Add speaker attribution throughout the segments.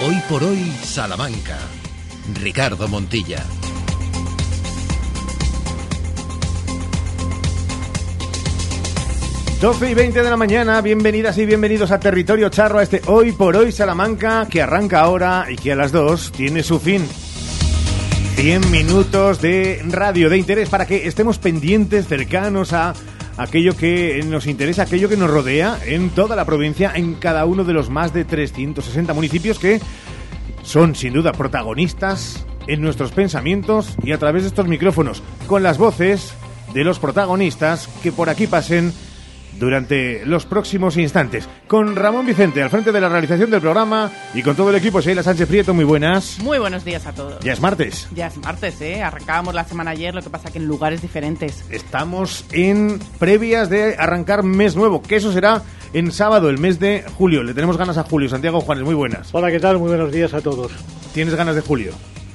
Speaker 1: Hoy por hoy, Salamanca. Ricardo Montilla.
Speaker 2: Doce y 20 de la mañana, bienvenidas y bienvenidos a Territorio Charro, a este Hoy por hoy Salamanca, que arranca ahora y que a las 2 tiene su fin. 100 minutos de radio de interés para que estemos pendientes, cercanos a aquello que nos interesa, aquello que nos rodea en toda la provincia, en cada uno de los más de 360 municipios que son sin duda protagonistas en nuestros pensamientos y a través de estos micrófonos, con las voces de los protagonistas que por aquí pasen durante los próximos instantes. Con Ramón Vicente al frente de la realización del programa y con todo el equipo, Sheila Sánchez Prieto, muy buenas.
Speaker 3: Muy buenos días a todos.
Speaker 2: Ya es martes.
Speaker 3: Ya es martes, arrancábamos la semana ayer, lo que pasa que en lugares diferentes.
Speaker 2: Estamos en previas de arrancar mes nuevo, que eso será en sábado, el mes de julio. Le tenemos ganas a Julio. Santiago Juanes, muy buenas.
Speaker 4: Hola, ¿qué tal? Muy buenos días a todos.
Speaker 2: ¿Tienes ganas de Julio?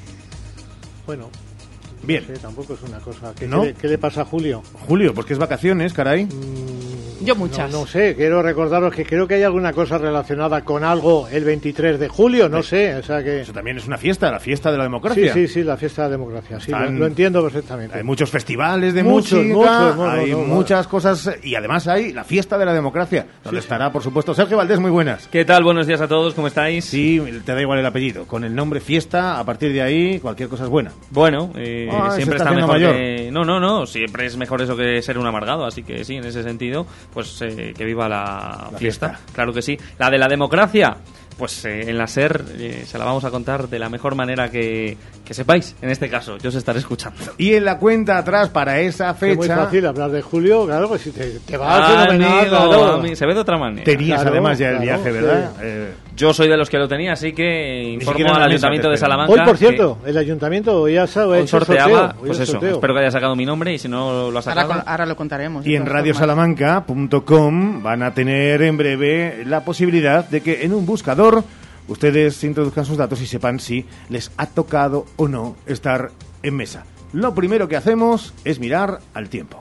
Speaker 4: Bueno,
Speaker 2: bien.
Speaker 4: No sé, tampoco es una cosa.
Speaker 2: ¿No?
Speaker 4: ¿Qué le pasa a Julio?
Speaker 2: Julio, pues que es vacaciones, caray.
Speaker 3: Yo muchas.
Speaker 4: No sé, quiero recordaros que creo que hay alguna cosa relacionada con algo el 23 de julio, no sé, o sea que...
Speaker 2: Eso también es una fiesta, la fiesta de la democracia.
Speaker 4: Sí, la fiesta de la democracia, sí, lo entiendo perfectamente.
Speaker 2: Hay muchos festivales de
Speaker 4: muchos,
Speaker 2: música, hay muchas cosas, y además hay la fiesta de la democracia, donde estará, por supuesto, Sergio Valdés, muy buenas.
Speaker 5: ¿Qué tal? Buenos días a todos, ¿cómo estáis?
Speaker 2: Sí, te da igual el apellido, con el nombre fiesta, a partir de ahí, cualquier cosa es buena.
Speaker 5: Bueno, siempre está mejor
Speaker 2: mayor.
Speaker 5: No, siempre es mejor eso que ser un amargado, así que sí, en ese sentido, pues que viva la fiesta. Claro que sí. La de la democracia, pues en la SER se la vamos a contar de la mejor manera que sepáis, en este caso, yo os estaré escuchando.
Speaker 2: Y en la cuenta atrás para esa fecha...
Speaker 4: Es muy fácil hablar de Julio, claro, pues si te va fenomenal,
Speaker 5: claro. Se ve de otra manera.
Speaker 2: Tenías además ya el viaje, ¿verdad?
Speaker 5: Sí. Yo soy de los que lo tenía, así que informo al Ayuntamiento de Salamanca.
Speaker 4: Hoy, por cierto, el Ayuntamiento ya ha hecho
Speaker 5: sorteaba,
Speaker 4: sorteo.
Speaker 5: Pues eso, espero que haya sacado mi nombre y si no lo ha sacado...
Speaker 3: Ahora lo contaremos.
Speaker 2: Y en radiosalamanca.com van a tener en breve la posibilidad de que en un buscador ustedes introduzcan sus datos y sepan si les ha tocado o no estar en mesa. Lo primero que hacemos es mirar al tiempo.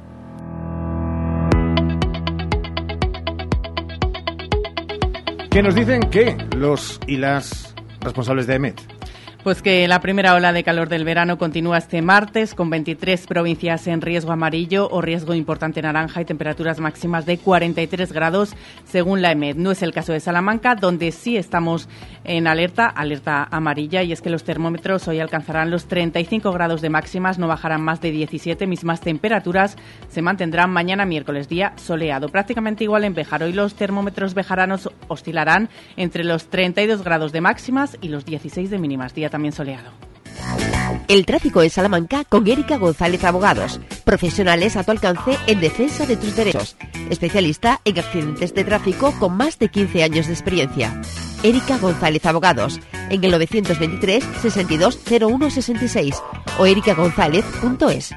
Speaker 2: ¿Qué nos dicen los y las responsables de EMET?
Speaker 3: Pues que la primera ola de calor del verano continúa este martes, con 23 provincias en riesgo amarillo o riesgo importante naranja y temperaturas máximas de 43 grados según la EMET. No es el caso de Salamanca, donde sí estamos en alerta amarilla, y es que los termómetros hoy alcanzarán los 35 grados de máximas, no bajarán más de 17, mismas temperaturas se mantendrán mañana miércoles, día soleado. Prácticamente igual en Béjar, hoy los termómetros bejaranos oscilarán entre los 32 grados de máximas y los 16 de mínimas, día también soleado.
Speaker 6: El tráfico en Salamanca con Erika González Abogados. Profesionales a tu alcance en defensa de tus derechos. Especialista en accidentes de tráfico con más de 15 años de experiencia. Erika González Abogados. En el 923 62 01 66 o erikagonzalez.es.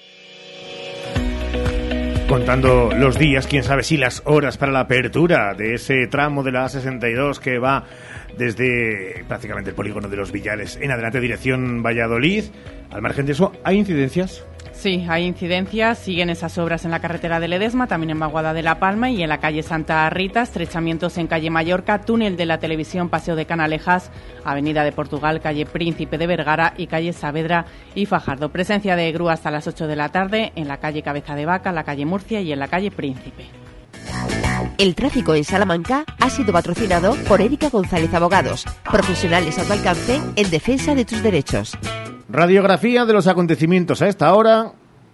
Speaker 2: Contando los días, quién sabe si las horas para la apertura de ese tramo de la A62 que va desde prácticamente el polígono de Los Villares en adelante dirección Valladolid. Al margen de eso, ¿hay incidencias?
Speaker 3: Sí, hay incidencias, siguen esas obras en la carretera de Ledesma, también en Baguada de la Palma y en la calle Santa Rita, estrechamientos en calle Mallorca, túnel de la televisión, Paseo de Canalejas, avenida de Portugal, calle Príncipe de Vergara y calle Saavedra y Fajardo. Presencia de grúa hasta las 8 de la tarde en la calle Cabeza de Vaca, la calle Murcia y en la calle Príncipe.
Speaker 6: El tráfico en Salamanca ha sido patrocinado por Erika González Abogados, profesionales a tu alcance en defensa de tus derechos.
Speaker 2: Radiografía de los acontecimientos a esta hora.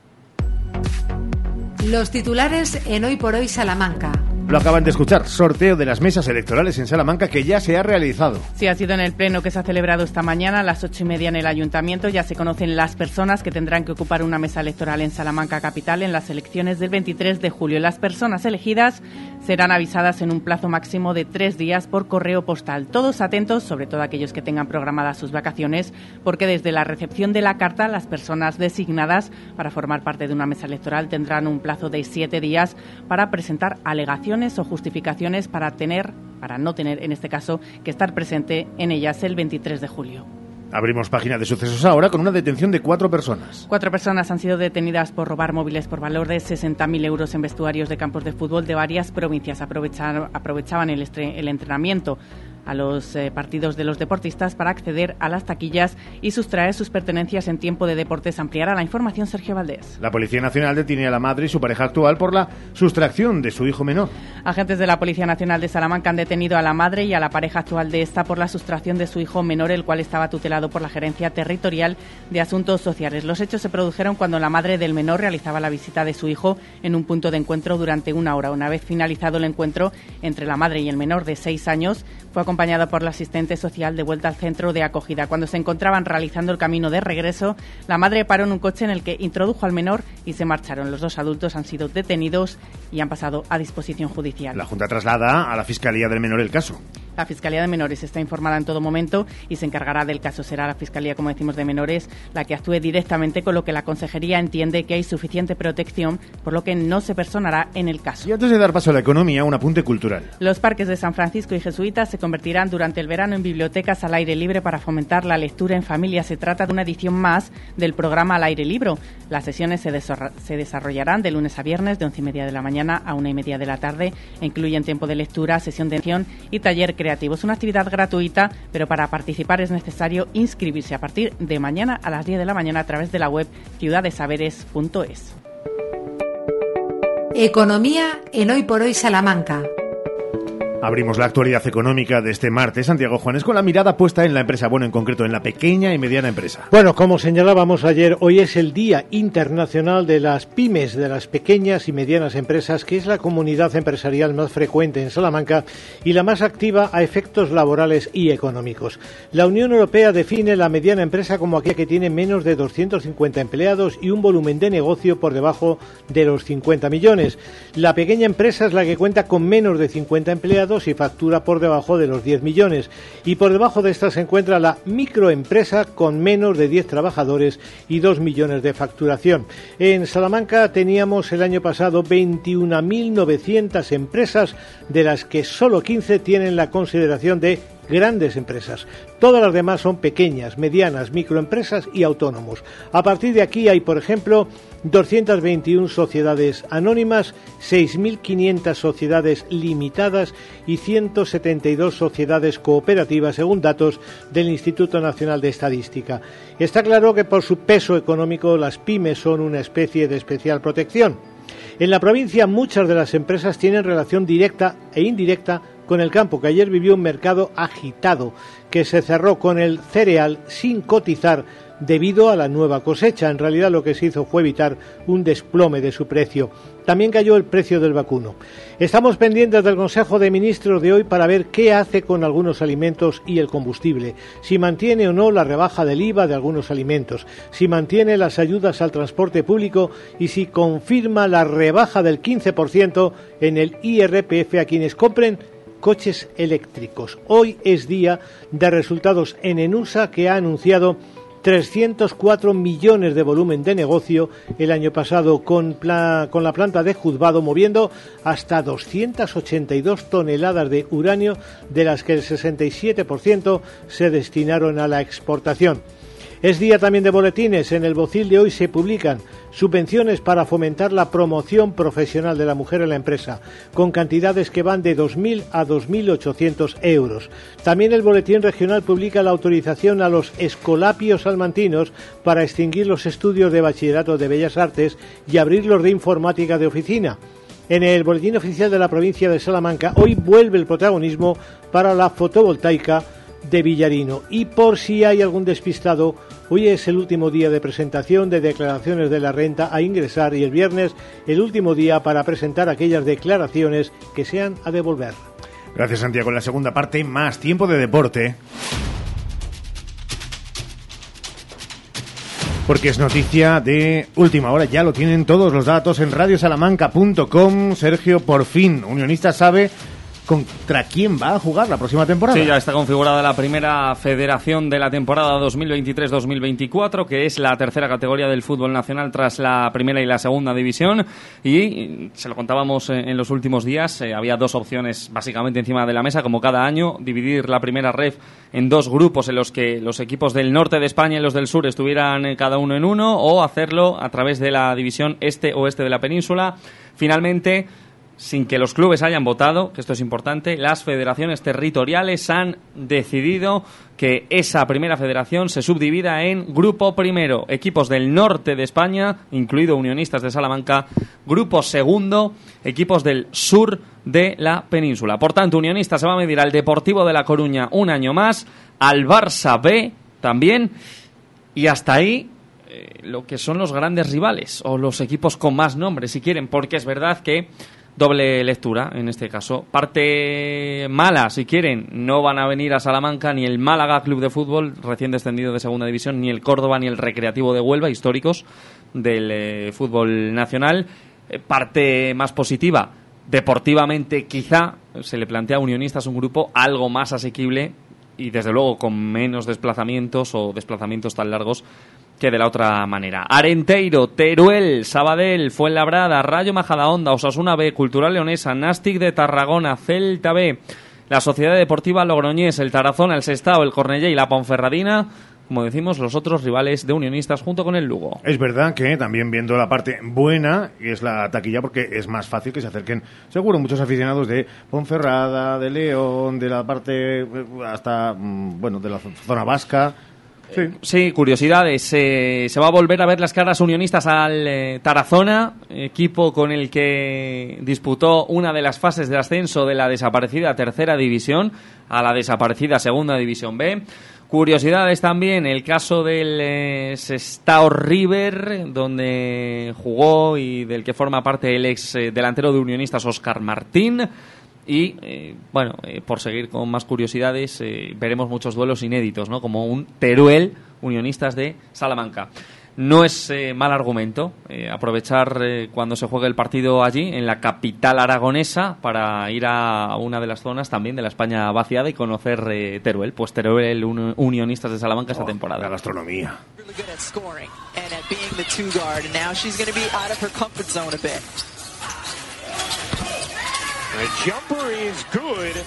Speaker 7: Los titulares en Hoy por Hoy Salamanca.
Speaker 2: Lo acaban de escuchar, sorteo de las mesas electorales en Salamanca que ya se ha realizado.
Speaker 3: Sí, ha sido en el pleno que se ha celebrado esta mañana a las 8:30 en el Ayuntamiento. Ya se conocen las personas que tendrán que ocupar una mesa electoral en Salamanca capital en las elecciones del 23 de julio. Las personas elegidas serán avisadas en un plazo máximo de 3 días por correo postal. Todos atentos, sobre todo aquellos que tengan programadas sus vacaciones, porque desde la recepción de la carta las personas designadas para formar parte de una mesa electoral tendrán un plazo de 7 días para presentar alegaciones o justificaciones para no tener, en este caso, que estar presente en ellas el 23 de julio.
Speaker 2: Abrimos página de sucesos ahora con una detención de 4 personas.
Speaker 3: 4 personas han sido detenidas por robar móviles por valor de 60.000 euros en vestuarios de campos de fútbol de varias provincias. Aprovechaban el entrenamiento a los partidos de los deportistas para acceder a las taquillas y sustraer sus pertenencias en tiempo de deportes. Ampliará la información Sergio Valdés.
Speaker 2: La Policía Nacional detiene a la madre y su pareja actual por la sustracción de su hijo menor.
Speaker 3: Agentes de la Policía Nacional de Salamanca han detenido a la madre y a la pareja actual de esta por la sustracción de su hijo menor, el cual estaba tutelado por la Gerencia Territorial de Asuntos Sociales. Los hechos se produjeron cuando la madre del menor realizaba la visita de su hijo en un punto de encuentro durante 1 hora. Una vez finalizado el encuentro entre la madre y el menor de 6 años, fue acompañada por la asistente social de vuelta al centro de acogida. Cuando se encontraban realizando el camino de regreso, la madre paró en un coche en el que introdujo al menor y se marcharon. Los 2 adultos han sido detenidos y han pasado a disposición judicial.
Speaker 2: La Junta traslada a la Fiscalía del Menor el caso.
Speaker 3: La Fiscalía de Menores está informada en todo momento y se encargará del caso. Será la Fiscalía, como decimos, de Menores la que actúe directamente, con lo que la Consejería entiende que hay suficiente protección, por lo que no se personará en el caso.
Speaker 2: Y antes de dar paso a la economía, un apunte cultural.
Speaker 3: Los parques de San Francisco y Jesuitas se convertirán durante el verano en bibliotecas al aire libre para fomentar la lectura en familia. Se trata de una edición más del programa Al Aire Libre. Las sesiones se desarrollarán de lunes a viernes de 11:30 de la mañana a 1:30 de la tarde e incluyen tiempo de lectura, sesión de acción y taller creativo. Es una actividad gratuita, pero para participar es necesario inscribirse a partir de mañana a las 10 de la mañana a través de la web ciudadesaberes.es.
Speaker 7: Economía en Hoy por Hoy Salamanca.
Speaker 2: Abrimos la actualidad económica de este martes, Santiago Juanes, con la mirada puesta en la empresa, bueno, en concreto en la pequeña y mediana empresa.
Speaker 4: Bueno, como señalábamos ayer, hoy es el Día Internacional de las Pymes, de las pequeñas y medianas empresas, que es la comunidad empresarial más frecuente en Salamanca y la más activa a efectos laborales y económicos. La Unión Europea define la mediana empresa como aquella que tiene menos de 250 empleados y un volumen de negocio por debajo de los 50 millones. La pequeña empresa es la que cuenta con menos de 50 empleados y factura por debajo de los 10 millones. Y por debajo de esta se encuentra la microempresa con menos de 10 trabajadores y 2 millones de facturación. En Salamanca teníamos el año pasado 21.900 empresas, de las que solo 15 tienen la consideración de grandes empresas. Todas las demás son pequeñas, medianas, microempresas y autónomos. A partir de aquí hay, por ejemplo, 221 sociedades anónimas, 6.500 sociedades limitadas y 172 sociedades cooperativas, según datos del Instituto Nacional de Estadística. Está claro que por su peso económico las pymes son una especie de especial protección. En la provincia muchas de las empresas tienen relación directa e indirecta con el campo, que ayer vivió un mercado agitado, que se cerró con el cereal sin cotizar debido a la nueva cosecha. En realidad lo que se hizo fue evitar un desplome de su precio. También cayó el precio del vacuno. Estamos pendientes del Consejo de Ministros de hoy para ver qué hace con algunos alimentos y el combustible, si mantiene o no la rebaja del IVA de algunos alimentos, si mantiene las ayudas al transporte público y si confirma la rebaja del 15% en el IRPF a quienes compren coches eléctricos. Hoy es día de resultados en Enusa, que ha anunciado 304 millones de volumen de negocio el año pasado, con la planta de Juzbado moviendo hasta 282 toneladas de uranio, de las que el 67% se destinaron a la exportación. Es día también de boletines. En el Bocil de hoy se publican subvenciones para fomentar la promoción profesional de la mujer en la empresa, con cantidades que van de 2.000 a 2.800 euros. También el Boletín Regional publica la autorización a los escolapios salmantinos para extinguir los estudios de Bachillerato de Bellas Artes y abrir los de Informática de Oficina. En el Boletín Oficial de la provincia de Salamanca hoy vuelve el protagonismo para la fotovoltaica de Villarino. Y por si hay algún despistado, hoy es el último día de presentación de declaraciones de la renta a ingresar y el viernes el último día para presentar aquellas declaraciones que sean a devolver.
Speaker 2: Gracias, Santiago. En la segunda parte, más tiempo de deporte. Porque es noticia de última hora, ya lo tienen todos los datos en radiosalamanca.com. Sergio, por fin, Unionista sabe ¿contra quién va a jugar la próxima temporada?
Speaker 5: Sí, ya está configurada la primera federación de la temporada 2023-2024, que es la tercera categoría del fútbol nacional tras la primera y la segunda división. Y se lo contábamos en los últimos días, había dos opciones básicamente encima de la mesa, como cada año: dividir la primera ref en dos grupos en los que los equipos del norte de España y los del sur estuvieran cada uno en uno, o hacerlo a través de la división este-oeste de la península. Finalmente, sin que los clubes hayan votado, que esto es importante, las federaciones territoriales han decidido que esa primera federación se subdivida en Grupo Primero, equipos del norte de España, incluido Unionistas de Salamanca, Grupo Segundo, equipos del sur de la península. Por tanto, Unionistas se va a medir al Deportivo de La Coruña un año más, al Barça B también, y hasta ahí lo que son los grandes rivales, o los equipos con más nombres, si quieren, porque es verdad que doble lectura, en este caso. Parte mala, si quieren, no van a venir a Salamanca ni el Málaga Club de Fútbol, recién descendido de segunda división, ni el Córdoba ni el Recreativo de Huelva, históricos del fútbol nacional. Parte más positiva, deportivamente quizá se le plantea a Unionistas un grupo algo más asequible y desde luego con menos desplazamientos o desplazamientos tan largos que de la otra manera. Arenteiro, Teruel, Sabadell, Fuenlabrada, Rayo Majadahonda, Osasuna B, Cultural Leonesa, Nàstic de Tarragona, Celta B, la Sociedad Deportiva Logroñés, el Tarazona, el Sestao, el Cornellá y la Ponferradina, como decimos, los otros rivales de Unionistas junto con el Lugo.
Speaker 2: Es verdad que también viendo la parte buena, y es la taquilla, porque es más fácil que se acerquen, seguro, muchos aficionados de Ponferrada, de León, de la parte hasta, bueno, de la zona vasca.
Speaker 5: Sí, curiosidades. Se va a volver a ver las caras Unionistas al Tarazona, equipo con el que disputó una de las fases de ascenso de la desaparecida tercera división a la desaparecida segunda división B. Curiosidades también, el caso del Sestao River, donde jugó y del que forma parte el ex delantero de Unionistas, Óscar Martín. Y, por seguir con más curiosidades, veremos muchos duelos inéditos, ¿no? Como un Teruel, Unionistas de Salamanca. No es mal argumento aprovechar cuando se juegue el partido allí, en la capital aragonesa, para ir a una de las zonas también de la España vaciada y conocer Teruel. Pues Teruel, Unionistas de Salamanca esta temporada.
Speaker 2: La gastronomía.
Speaker 8: The jumper is good.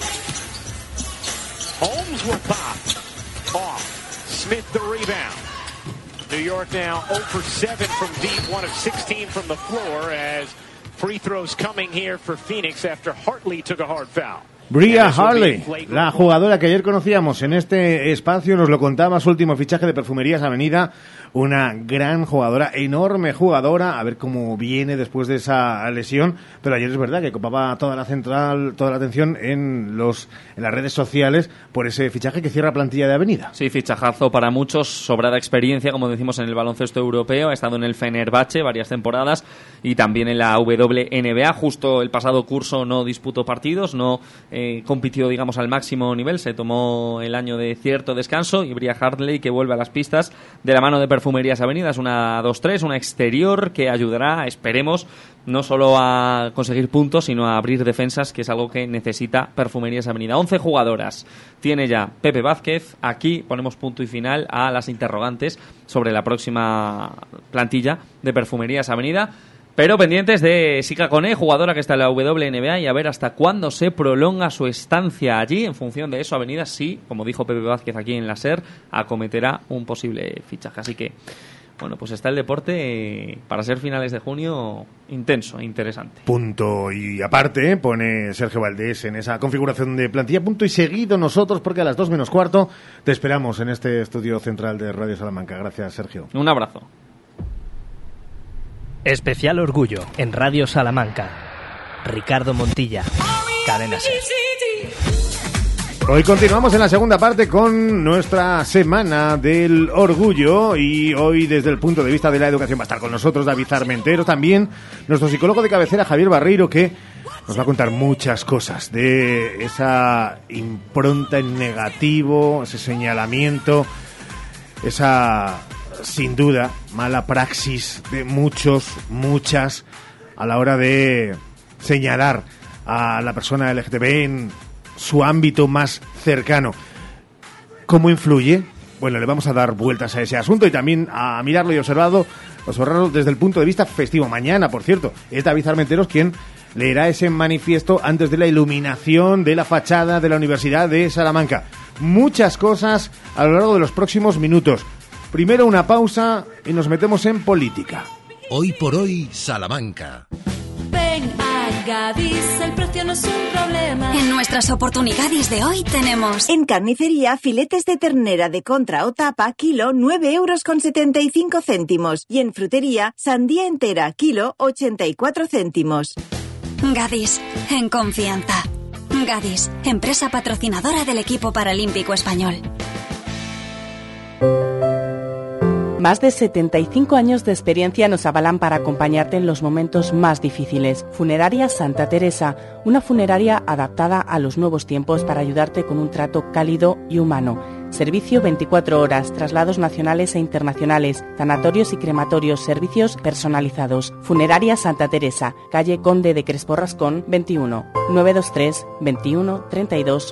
Speaker 8: Holmes will pop. Off. Smith the rebound. New York now 0 for 7 from deep, 1 of 16 from the floor as free throws coming here for Phoenix after Hartley took a hard foul.
Speaker 2: Bria Hartley, la jugadora que ayer conocíamos en este espacio, nos lo contaba, su último fichaje de Perfumerías Avenida, una gran jugadora, enorme jugadora, a ver cómo viene después de esa lesión, pero ayer es verdad que copaba toda la atención en las redes sociales por ese fichaje que cierra plantilla de Avenida.
Speaker 5: Sí, fichajazo para muchos, sobrada experiencia, como decimos, en el baloncesto europeo, ha estado en el Fenerbahce varias temporadas y también en la WNBA, justo el pasado curso no disputó partidos, no compitió, digamos, al máximo nivel, se tomó el año de cierto descanso y Bria Hartley, que vuelve a las pistas de la mano de Perfumerías Avenida, es una 2-3, una exterior que ayudará, esperemos, no solo a conseguir puntos, sino a abrir defensas, que es algo que necesita Perfumerías Avenida. 11 jugadoras tiene ya Pepe Vázquez. Aquí ponemos punto y final a las interrogantes sobre la próxima plantilla de Perfumerías Avenida. Pero pendientes de Sika Koné, jugadora que está en la WNBA, y a ver hasta cuándo se prolonga su estancia allí. En función de eso, Avenida sí, como dijo Pepe Vázquez aquí en la SER, acometerá un posible fichaje. Así que, bueno, pues está el deporte para ser finales de junio intenso, interesante.
Speaker 2: Punto y aparte, pone Sergio Valdés en esa configuración de plantilla. Punto y seguido nosotros, porque a las 2 menos cuarto te esperamos en este estudio central de Radio Salamanca. Gracias, Sergio.
Speaker 5: Un abrazo.
Speaker 9: Especial Orgullo en Radio Salamanca. Ricardo Montilla, Cadena SER.
Speaker 2: Hoy continuamos en la segunda parte con nuestra Semana del Orgullo y hoy desde el punto de vista de la educación va a estar con nosotros David Armentero, también nuestro psicólogo de cabecera Javier Barreiro, que nos va a contar muchas cosas de esa impronta en negativo, ese señalamiento, esa, sin duda, mala praxis de muchas a la hora de señalar a la persona LGTB en su ámbito más cercano. ¿Cómo influye? Bueno, le vamos a dar vueltas a ese asunto y también a mirarlo y observarlo desde el punto de vista festivo. Mañana, por cierto, es David Armenteros quien leerá ese manifiesto antes de la iluminación de la fachada de la Universidad de Salamanca. Muchas cosas a lo largo de los próximos minutos. Primero una pausa y nos metemos en política.
Speaker 1: Hoy por hoy, Salamanca.
Speaker 10: Ven a Gadis, el precio no es un problema. En nuestras oportunidades de hoy tenemos...
Speaker 11: En carnicería, filetes de ternera de contra o tapa, kilo, 9,75 €. Y en frutería, sandía entera, kilo, 84 céntimos.
Speaker 10: Gadis, en confianza. Gadis, empresa patrocinadora del equipo paralímpico español.
Speaker 3: Más de 75 años de experiencia nos avalan para acompañarte en los momentos más difíciles. Funeraria Santa Teresa, una funeraria adaptada a los nuevos tiempos para ayudarte con un trato cálido y humano. Servicio 24 horas, traslados nacionales e internacionales, tanatorios y crematorios, servicios personalizados. Funeraria Santa Teresa, calle Conde de Crespo Rascón, 21, 923 21 32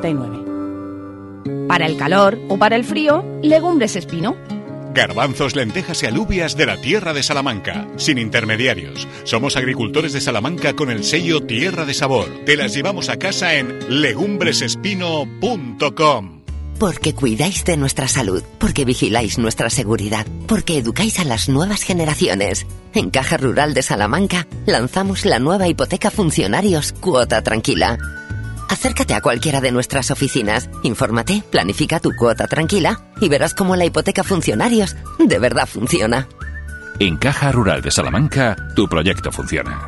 Speaker 3: 89.
Speaker 12: Para el calor o para el frío, Legumbres Espino.
Speaker 13: Garbanzos, lentejas y alubias de la tierra de Salamanca, sin intermediarios. Somos agricultores de Salamanca con el sello Tierra de Sabor. Te las llevamos a casa en legumbresespino.com.
Speaker 14: Porque cuidáis de nuestra salud, porque vigiláis nuestra seguridad, porque educáis a las nuevas generaciones. En Caja Rural de Salamanca lanzamos la nueva hipoteca funcionarios Cuota Tranquila. Acércate a cualquiera de nuestras oficinas, infórmate, planifica tu cuota tranquila y verás cómo la hipoteca funcionarios de verdad funciona.
Speaker 15: En Caja Rural de Salamanca, tu proyecto funciona.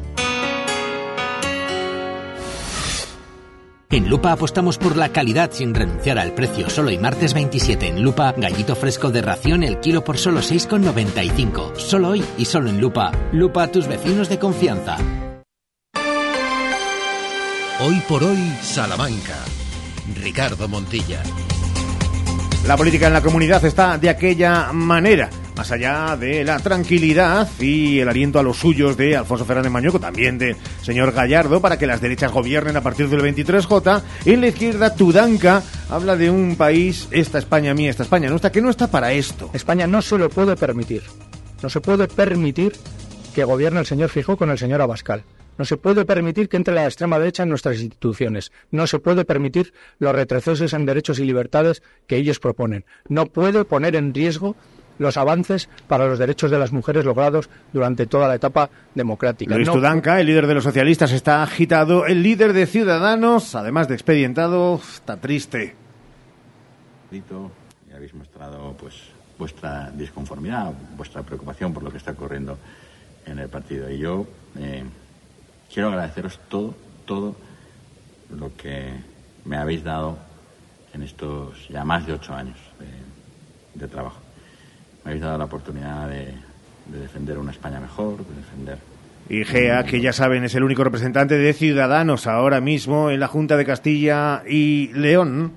Speaker 16: En Lupa apostamos por la calidad sin renunciar al precio. Solo hoy martes 27 en Lupa, gallito fresco de ración el kilo por solo 6,95. Solo hoy y solo en Lupa. Lupa, tus vecinos de confianza.
Speaker 1: Hoy por hoy, Salamanca. Ricardo Montilla.
Speaker 2: La política en la comunidad está de aquella manera. Más allá de la tranquilidad y el aliento a los suyos de Alfonso Fernández Mañueco, también de señor Gallardo, para que las derechas gobiernen a partir del 23J, en la izquierda Tudanca habla de un país, esta España mía, esta España nuestra, que no está para esto.
Speaker 17: España no se lo puede permitir. No se puede permitir que gobierne el señor Feijóo con el señor Abascal. No se puede permitir que entre la extrema derecha en nuestras instituciones. No se puede permitir los retrocesos en derechos y libertades que ellos proponen. No puede poner en riesgo los avances para los derechos de las mujeres logrados durante toda la etapa democrática.
Speaker 2: Luis Tudanca, el líder de los socialistas, está agitado. El líder de Ciudadanos, además de expedientado, está triste.
Speaker 18: Y habéis mostrado pues vuestra disconformidad, vuestra preocupación por lo que está ocurriendo en el partido. Y yo quiero agradeceros todo lo que me habéis dado en estos ya más de 8 años de trabajo. Me habéis dado la oportunidad de defender una España mejor, de defender...
Speaker 2: Y Gea, que ya saben, es el único representante de Ciudadanos ahora mismo en la Junta de Castilla y León.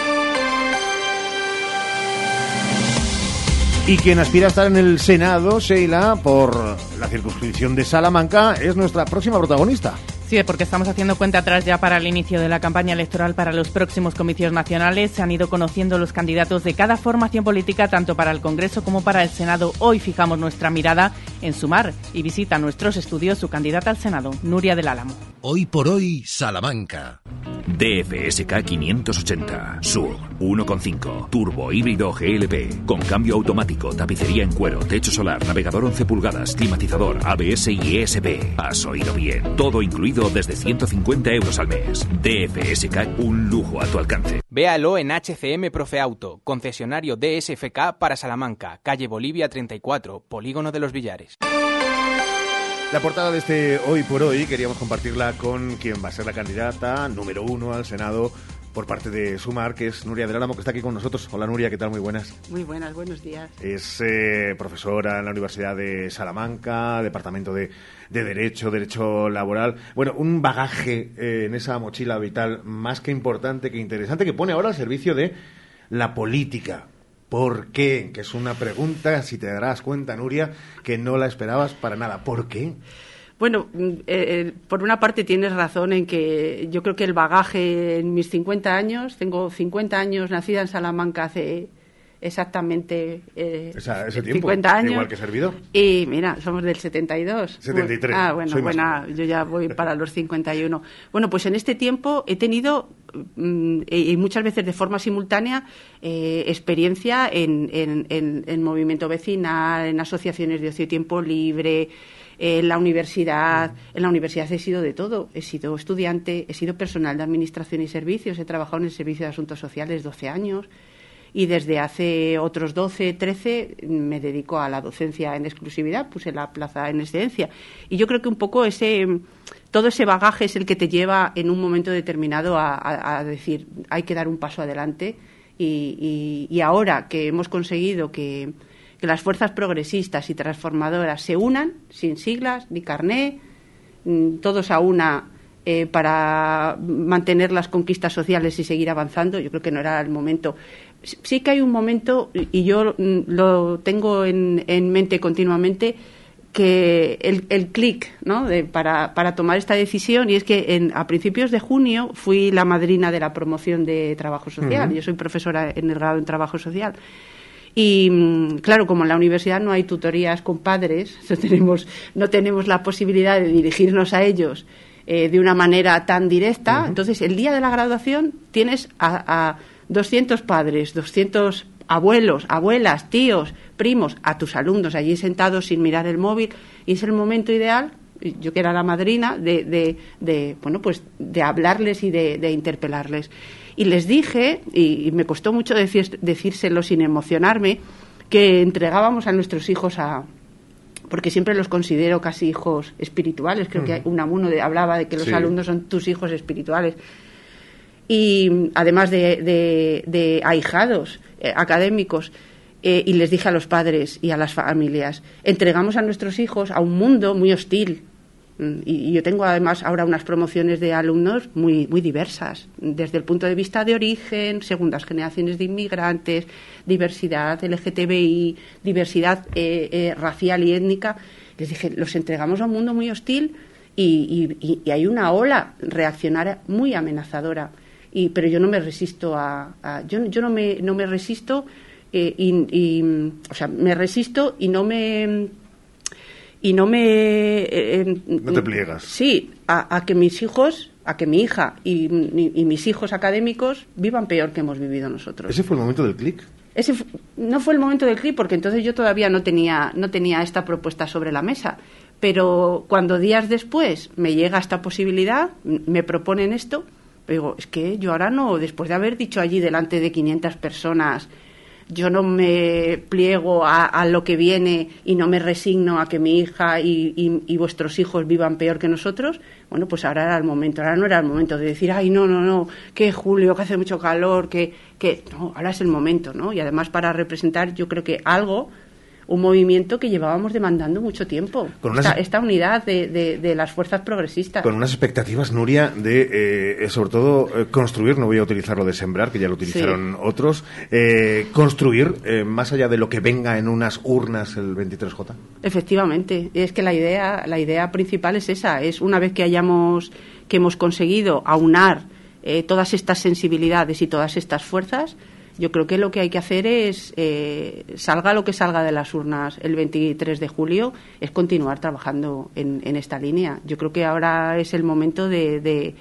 Speaker 2: Y quien aspira a estar en el Senado, Sheila, por la circunscripción de Salamanca, es nuestra próxima protagonista.
Speaker 3: Sí, porque estamos haciendo cuenta atrás ya para el inicio de la campaña electoral para los próximos comicios nacionales. Se han ido conociendo los candidatos de cada formación política, tanto para el Congreso como para el Senado. Hoy fijamos nuestra mirada en Sumar y visita nuestros estudios su candidata al Senado, Nuria del Álamo.
Speaker 1: Hoy por hoy, Salamanca.
Speaker 19: DFSK 580, SUV, 1.5, turbo híbrido GLP, con cambio automático, tapicería en cuero, techo solar, navegador 11 pulgadas, climatizador, ABS y ESP. Has oído bien, todo incluido desde 150 € al mes. DFSK, un lujo a tu alcance.
Speaker 20: Véalo en HCM Profe Auto, concesionario DSFK para Salamanca, calle Bolivia 34, Polígono de los Villares.
Speaker 2: La portada de este Hoy por Hoy queríamos compartirla con quien va a ser la candidata número 1 al Senado por parte de Sumar, que es Nuria del Álamo, que está aquí con nosotros. Hola Nuria, ¿qué tal? Muy buenas.
Speaker 21: Muy buenas, buenos días.
Speaker 2: Es profesora en la Universidad de Salamanca, Departamento de Derecho Laboral. Bueno, un bagaje en esa mochila vital más que importante, que interesante, que pone ahora al servicio de la política. ¿Por qué? Que es una pregunta, si te darás cuenta, Nuria, que no la esperabas para nada. ¿Por qué?
Speaker 21: Bueno, por una parte tienes razón en que yo creo que el bagaje en mis 50 años, tengo 50 años, nacida en Salamanca hace exactamente
Speaker 2: ese tiempo,
Speaker 21: 50 años.
Speaker 2: Igual que servidor.
Speaker 21: Y mira, somos del 72.
Speaker 2: 73.
Speaker 21: Bueno, yo ya voy para los 51. Bueno, pues en este tiempo he tenido, y muchas veces de forma simultánea, experiencia en movimiento vecinal, en asociaciones de ocio y tiempo libre, En la universidad he sido de todo. He sido estudiante, he sido personal de administración y servicios, he trabajado en el Servicio de Asuntos Sociales 12 años y desde hace otros 12, 13 me dedico a la docencia en exclusividad, puse la plaza en excedencia. Y yo creo que un poco todo ese bagaje es el que te lleva en un momento determinado a decir, hay que dar un paso adelante y ahora que hemos conseguido que las fuerzas progresistas y transformadoras se unan, sin siglas ni carné, todos a una para mantener las conquistas sociales y seguir avanzando, yo creo que no era el momento. Sí que hay un momento, y yo lo tengo en mente continuamente, que el clic, ¿no?, para tomar esta decisión, y es que a principios de junio fui la madrina de la promoción de trabajo social. Uh-huh. Yo soy profesora en el grado en trabajo social. Y claro, como en la universidad no hay tutorías con padres, no tenemos la posibilidad de dirigirnos a ellos de una manera tan directa. Uh-huh. Entonces, el día de la graduación tienes a 200 padres, 200 abuelos, abuelas, tíos, primos, a tus alumnos allí sentados sin mirar el móvil, y es el momento ideal, yo que era la madrina, de hablarles y de interpelarles. Y les dije, y me costó mucho decírselo sin emocionarme, que entregábamos a nuestros hijos porque siempre los considero casi hijos espirituales. Creo que Unamuno hablaba de que los alumnos son tus hijos espirituales. Y además de ahijados académicos, y les dije a los padres y a las familias, entregamos a nuestros hijos a un mundo muy hostil. Y yo tengo además ahora unas promociones de alumnos muy, muy diversas, desde el punto de vista de origen, segundas generaciones de inmigrantes, diversidad LGTBI, diversidad racial y étnica. Les dije, los entregamos a un mundo muy hostil y hay una ola reaccionaria muy amenazadora. Pero yo no me resisto yo no me resisto me resisto y no te
Speaker 2: pliegas.
Speaker 21: Sí, a que mis hijos, a que mi hija y mis hijos académicos vivan peor que hemos vivido nosotros.
Speaker 2: ¿Ese fue el momento del clic?
Speaker 21: No fue el momento del clic, porque entonces yo todavía no tenía esta propuesta sobre la mesa. Pero cuando días después me llega esta posibilidad, me proponen esto, digo, es que yo ahora no, después de haber dicho allí delante de 500 personas, yo no me pliego a lo que viene y no me resigno a que mi hija y vuestros hijos vivan peor que nosotros. Bueno, pues ahora era el momento. Ahora no era el momento de decir, ay, no, que julio, que hace mucho calor, que no, ahora es el momento, ¿no? Y además para representar, yo creo que un movimiento que llevábamos demandando mucho tiempo, esta unidad de las fuerzas progresistas.
Speaker 2: Con unas expectativas, Nuria, de sobre todo construir, no voy a utilizar lo de sembrar, que ya lo utilizaron otros, construir más allá de lo que venga en unas urnas el 23J.
Speaker 21: Efectivamente, es que la idea principal es esa, es una vez que hemos conseguido aunar todas estas sensibilidades y todas estas fuerzas. Yo creo que lo que hay que hacer es, salga lo que salga de las urnas el 23 de julio, es continuar trabajando en esta línea. Yo creo que ahora es el momento de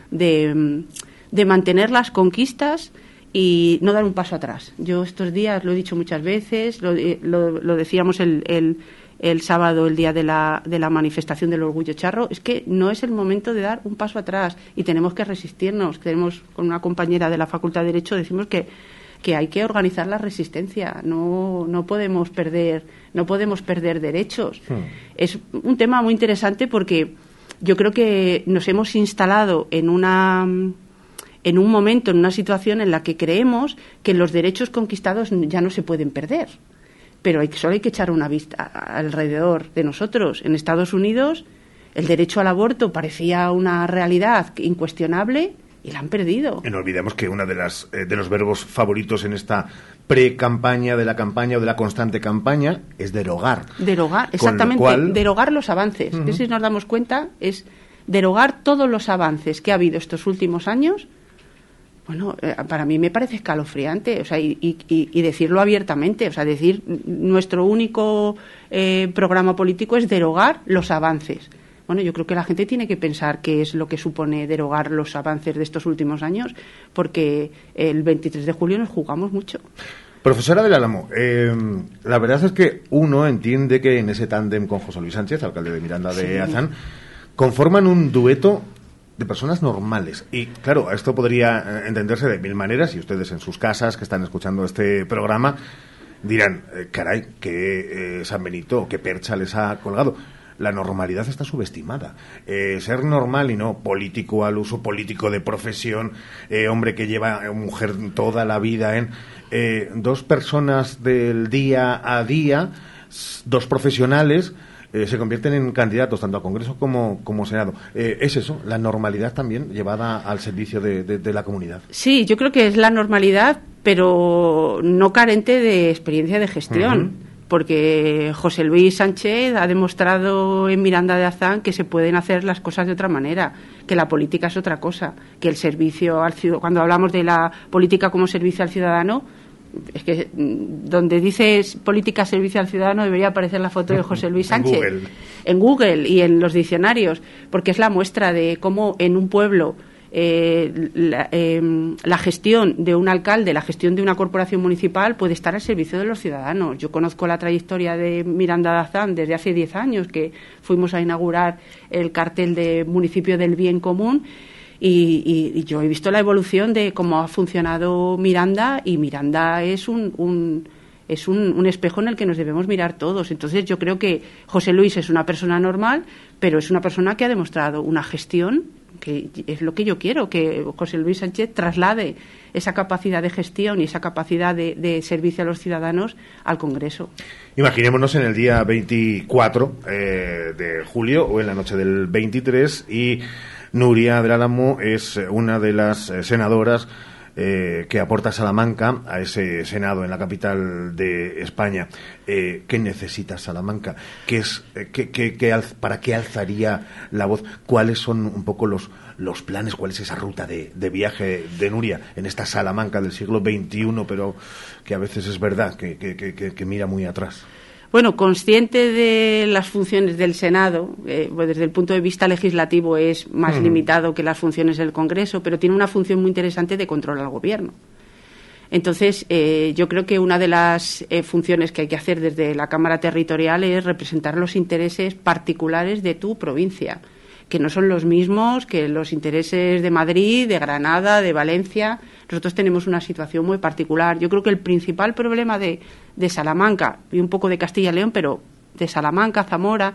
Speaker 21: mantener las conquistas y no dar un paso atrás. Yo estos días lo he dicho muchas veces, lo decíamos el sábado, el día de la manifestación del orgullo charro, es que no es el momento de dar un paso atrás y tenemos que resistirnos. Con una compañera de la Facultad de Derecho decimos que hay que organizar la resistencia, no podemos perder derechos. Es un tema muy interesante porque yo creo que nos hemos instalado en un momento, en una situación en la que creemos que los derechos conquistados ya no se pueden perder. Pero solo hay que echar una vista alrededor de nosotros. En Estados Unidos el derecho al aborto parecía una realidad incuestionable y la han perdido.
Speaker 2: Y no olvidemos que uno de los verbos favoritos en esta pre-campaña de la campaña o de la constante campaña es derogar.
Speaker 21: Derogar, exactamente. Derogar los avances. Uh-huh. Que si nos damos cuenta es derogar todos los avances que ha habido estos últimos años. Bueno, para mí me parece escalofriante, o sea, y decirlo abiertamente, o sea, decir nuestro único programa político es derogar los avances. Bueno, yo creo que la gente tiene que pensar qué es lo que supone derogar los avances de estos últimos años, porque el 23 de julio nos jugamos mucho.
Speaker 2: Profesora del Álamo, la verdad es que uno entiende que en ese tándem con José Luis Sánchez, alcalde de Miranda de Azán, conforman un dueto de personas normales. Y claro, esto podría entenderse de mil maneras, y ustedes en sus casas que están escuchando este programa dirán, caray, que San Benito, que percha les ha colgado. La normalidad está subestimada. Ser normal y no político al uso, político de profesión, hombre que lleva mujer toda la vida en dos personas del día a día, dos profesionales, se convierten en candidatos tanto a Congreso como Senado. ¿Es eso, la normalidad también llevada al servicio de la comunidad? Sí, yo creo que es la normalidad, pero no carente de experiencia de gestión. Porque José Luis Sánchez ha demostrado en Miranda de Azán que se pueden hacer las cosas de otra manera, que la política es otra cosa, que el servicio al ciudadano, cuando hablamos de la política como servicio al ciudadano, es que donde dices política servicio al ciudadano debería aparecer la foto de José Luis Sánchez en Google y en los diccionarios, porque es la muestra de cómo en un pueblo la gestión de un alcalde, la gestión de una corporación municipal puede estar al servicio de los ciudadanos. Yo conozco la trayectoria de Miranda de Azán desde hace 10 años que fuimos a inaugurar el cartel de Municipio del Bien Común y yo he visto la evolución de cómo ha funcionado Miranda, y Miranda es un espejo en el que nos debemos mirar todos. Entonces yo creo que José Luis es una persona normal, pero es una persona que ha demostrado una gestión, que es lo que yo quiero, que José Luis Sánchez traslade esa capacidad de gestión y esa capacidad de servicio a los ciudadanos al Congreso. Imaginémonos en el día 24 de julio o en la noche del 23 y Nuria del Álamo es una de las senadoras que aporta Salamanca a ese Senado en la capital de España. ¿Qué necesita Salamanca? ¿Para qué alzaría la voz? ¿Cuáles son un poco los planes? ¿Cuál es esa ruta de viaje de Nuria en esta Salamanca del siglo XXI, pero que a veces es verdad que mira muy atrás? Bueno, consciente de las funciones del Senado, pues desde el punto de vista legislativo es más limitado que las funciones del Congreso, pero tiene una función muy interesante de control al Gobierno. Entonces, yo creo que una de las funciones que hay que hacer desde la Cámara Territorial es representar los intereses particulares de tu provincia, que no son los mismos que los intereses de Madrid, de Granada, de Valencia. Nosotros tenemos una situación muy particular. Yo creo que el principal problema de Salamanca, y un poco de Castilla y León, pero de Salamanca, Zamora,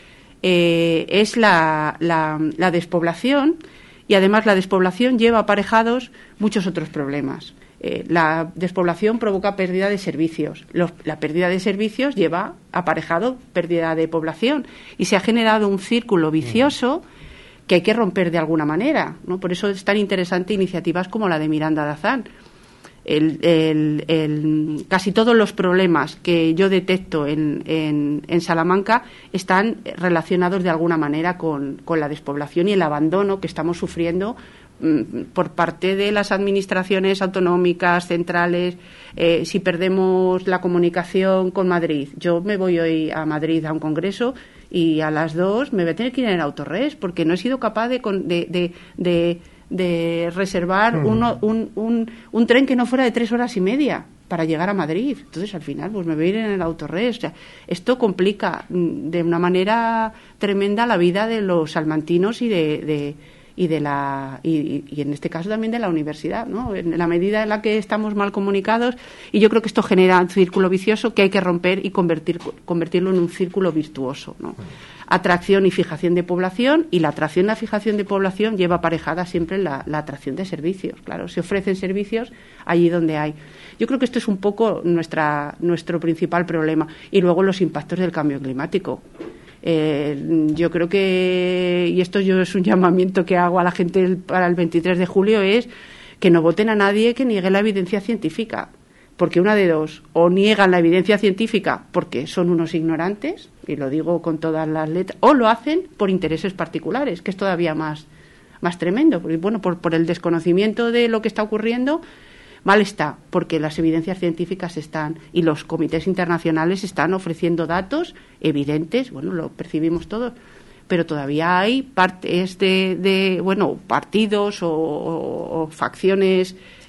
Speaker 2: es la despoblación, y además la despoblación lleva aparejados muchos otros problemas. La despoblación provoca pérdida de servicios. La pérdida de servicios lleva aparejado pérdida de población, y se ha generado un círculo vicioso que hay que romper de alguna manera, ¿no? Por eso es tan interesante iniciativas como la de Miranda de Azán. Casi todos los problemas que yo detecto en Salamanca están relacionados de alguna manera con la despoblación y el abandono que estamos sufriendo por parte de las administraciones autonómicas, centrales. Si perdemos la comunicación con Madrid, yo me voy hoy a Madrid a un congreso y a las 2 me voy a tener que ir en el Autores porque no he sido capaz de reservar un tren que no fuera de 3 horas y media para llegar a Madrid. Entonces, al final, pues me voy a ir en el Autores. O sea, esto complica de una manera tremenda la vida de los salmantinos y en este caso también de la universidad, ¿no? En la medida en la que estamos mal comunicados, y yo creo que esto genera un círculo vicioso que hay que romper y convertirlo en un círculo virtuoso, ¿no? Atracción y fijación de población, y la atracción y la fijación de población lleva aparejada siempre la atracción de servicios. Claro, se ofrecen servicios allí donde hay. Yo creo que esto es un poco nuestro principal problema, y luego los impactos del cambio climático. Yo creo que, y esto es un llamamiento que hago a la gente para el 23 de julio, es que no voten a nadie que niegue la evidencia científica, porque una de dos: o niegan la evidencia científica porque son unos ignorantes, y lo digo con todas las letras, o lo hacen por intereses particulares, que es todavía más tremendo, porque bueno, por el desconocimiento de lo que está ocurriendo. Mal está, porque las evidencias científicas están, y los comités internacionales están ofreciendo datos evidentes, bueno, lo percibimos todos, pero todavía hay partes partidos o facciones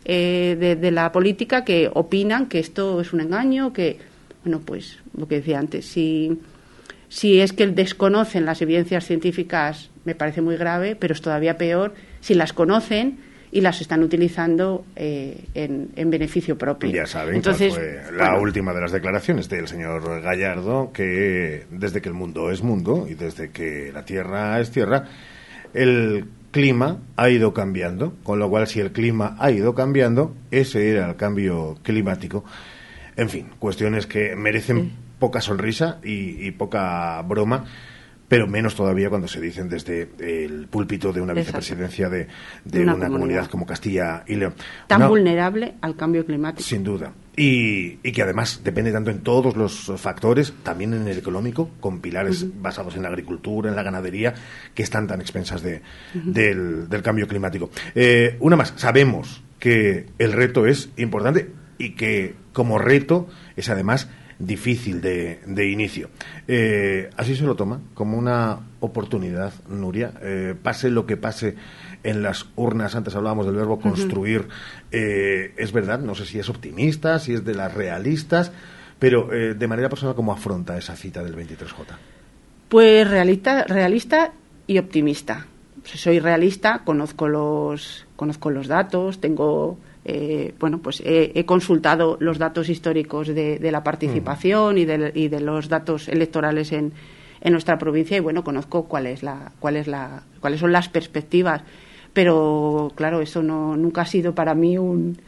Speaker 21: de la política que opinan que esto es un engaño, que, bueno, pues lo que decía antes, si es que desconocen las evidencias científicas, me parece muy grave, pero es todavía peor si las conocen y las están utilizando en beneficio propio.
Speaker 2: Ya saben,
Speaker 21: entonces,
Speaker 2: fue la última de las declaraciones del señor Gallardo, que desde que el mundo es mundo y desde que la Tierra es tierra, el clima ha ido cambiando, con lo cual si el clima ha ido cambiando, ese era el cambio climático. En fin, cuestiones que merecen poca sonrisa y poca broma, pero menos todavía cuando se dicen desde el púlpito de una vicepresidencia de una comunidad como Castilla y León.
Speaker 21: Tan vulnerable al cambio climático.
Speaker 2: Sin duda. Y que además depende tanto en todos los factores, también en el económico, con pilares basados en la agricultura, en la ganadería, que están tan expensas del cambio climático. Una más, sabemos que el reto es importante y que como reto es además difícil de inicio. Así se lo toma, como una oportunidad, Nuria. Pase lo que pase en las urnas, antes hablábamos del verbo construir, es verdad, no sé si es optimista, si es de las realistas, pero de manera personal, ¿cómo afronta esa cita del 23J?
Speaker 21: Pues realista y optimista. Soy realista, conozco los datos, tengo... pues he consultado los datos históricos de la participación y de los datos electorales en nuestra provincia y bueno, conozco cuáles son las perspectivas, pero claro, eso nunca ha sido para mí un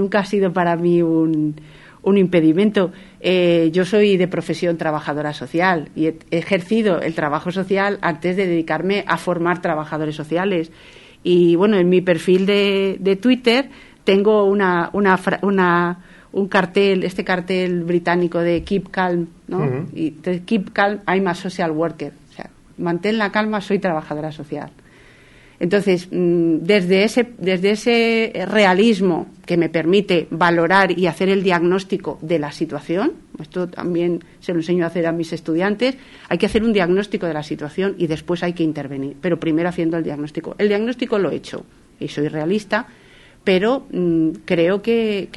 Speaker 21: impedimento. Yo soy de profesión trabajadora social y he ejercido el trabajo social antes de dedicarme a formar trabajadores sociales y bueno, en mi perfil de Twitter tengo un cartel, este cartel británico de Keep Calm, ¿no? Y Keep Calm, I'm a social worker. O sea, mantén la calma, soy trabajadora social. Entonces, desde ese realismo que me permite valorar y hacer el diagnóstico de la situación, esto también se lo enseño a hacer a mis estudiantes, hay que hacer un diagnóstico de la situación y después hay que intervenir, pero primero haciendo el diagnóstico. El diagnóstico lo he hecho y soy realista, pero creo que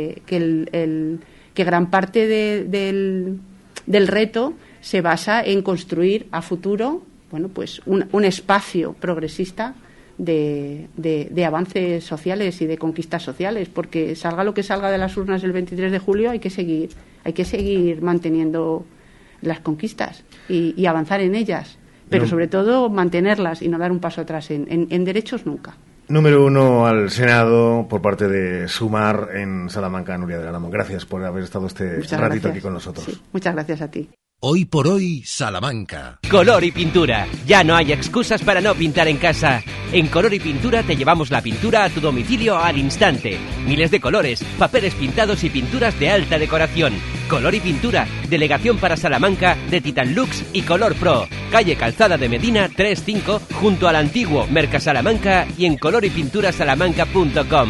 Speaker 21: gran parte del reto se basa en construir a futuro, bueno, pues un espacio progresista de avances sociales y de conquistas sociales, porque salga lo que salga de las urnas del 23 de julio, hay que seguir manteniendo las conquistas y avanzar en ellas, pero sobre todo mantenerlas y no dar un paso atrás en derechos nunca.
Speaker 2: Número 1 al Senado por parte de Sumar en Salamanca, Nuria del Álamo. Gracias por haber estado ratito aquí con nosotros.
Speaker 21: Sí, muchas gracias a ti.
Speaker 1: Hoy por hoy, Salamanca.
Speaker 9: Color y pintura. Ya no hay excusas para no pintar en casa. En Color y Pintura te llevamos la pintura a tu domicilio al instante. Miles de colores, papeles pintados y pinturas de alta decoración. Color y Pintura, delegación para Salamanca de Titan Lux y Color Pro. Calle Calzada de Medina 35, junto al antiguo Mercasalamanca y en colorypinturasalamanca.com.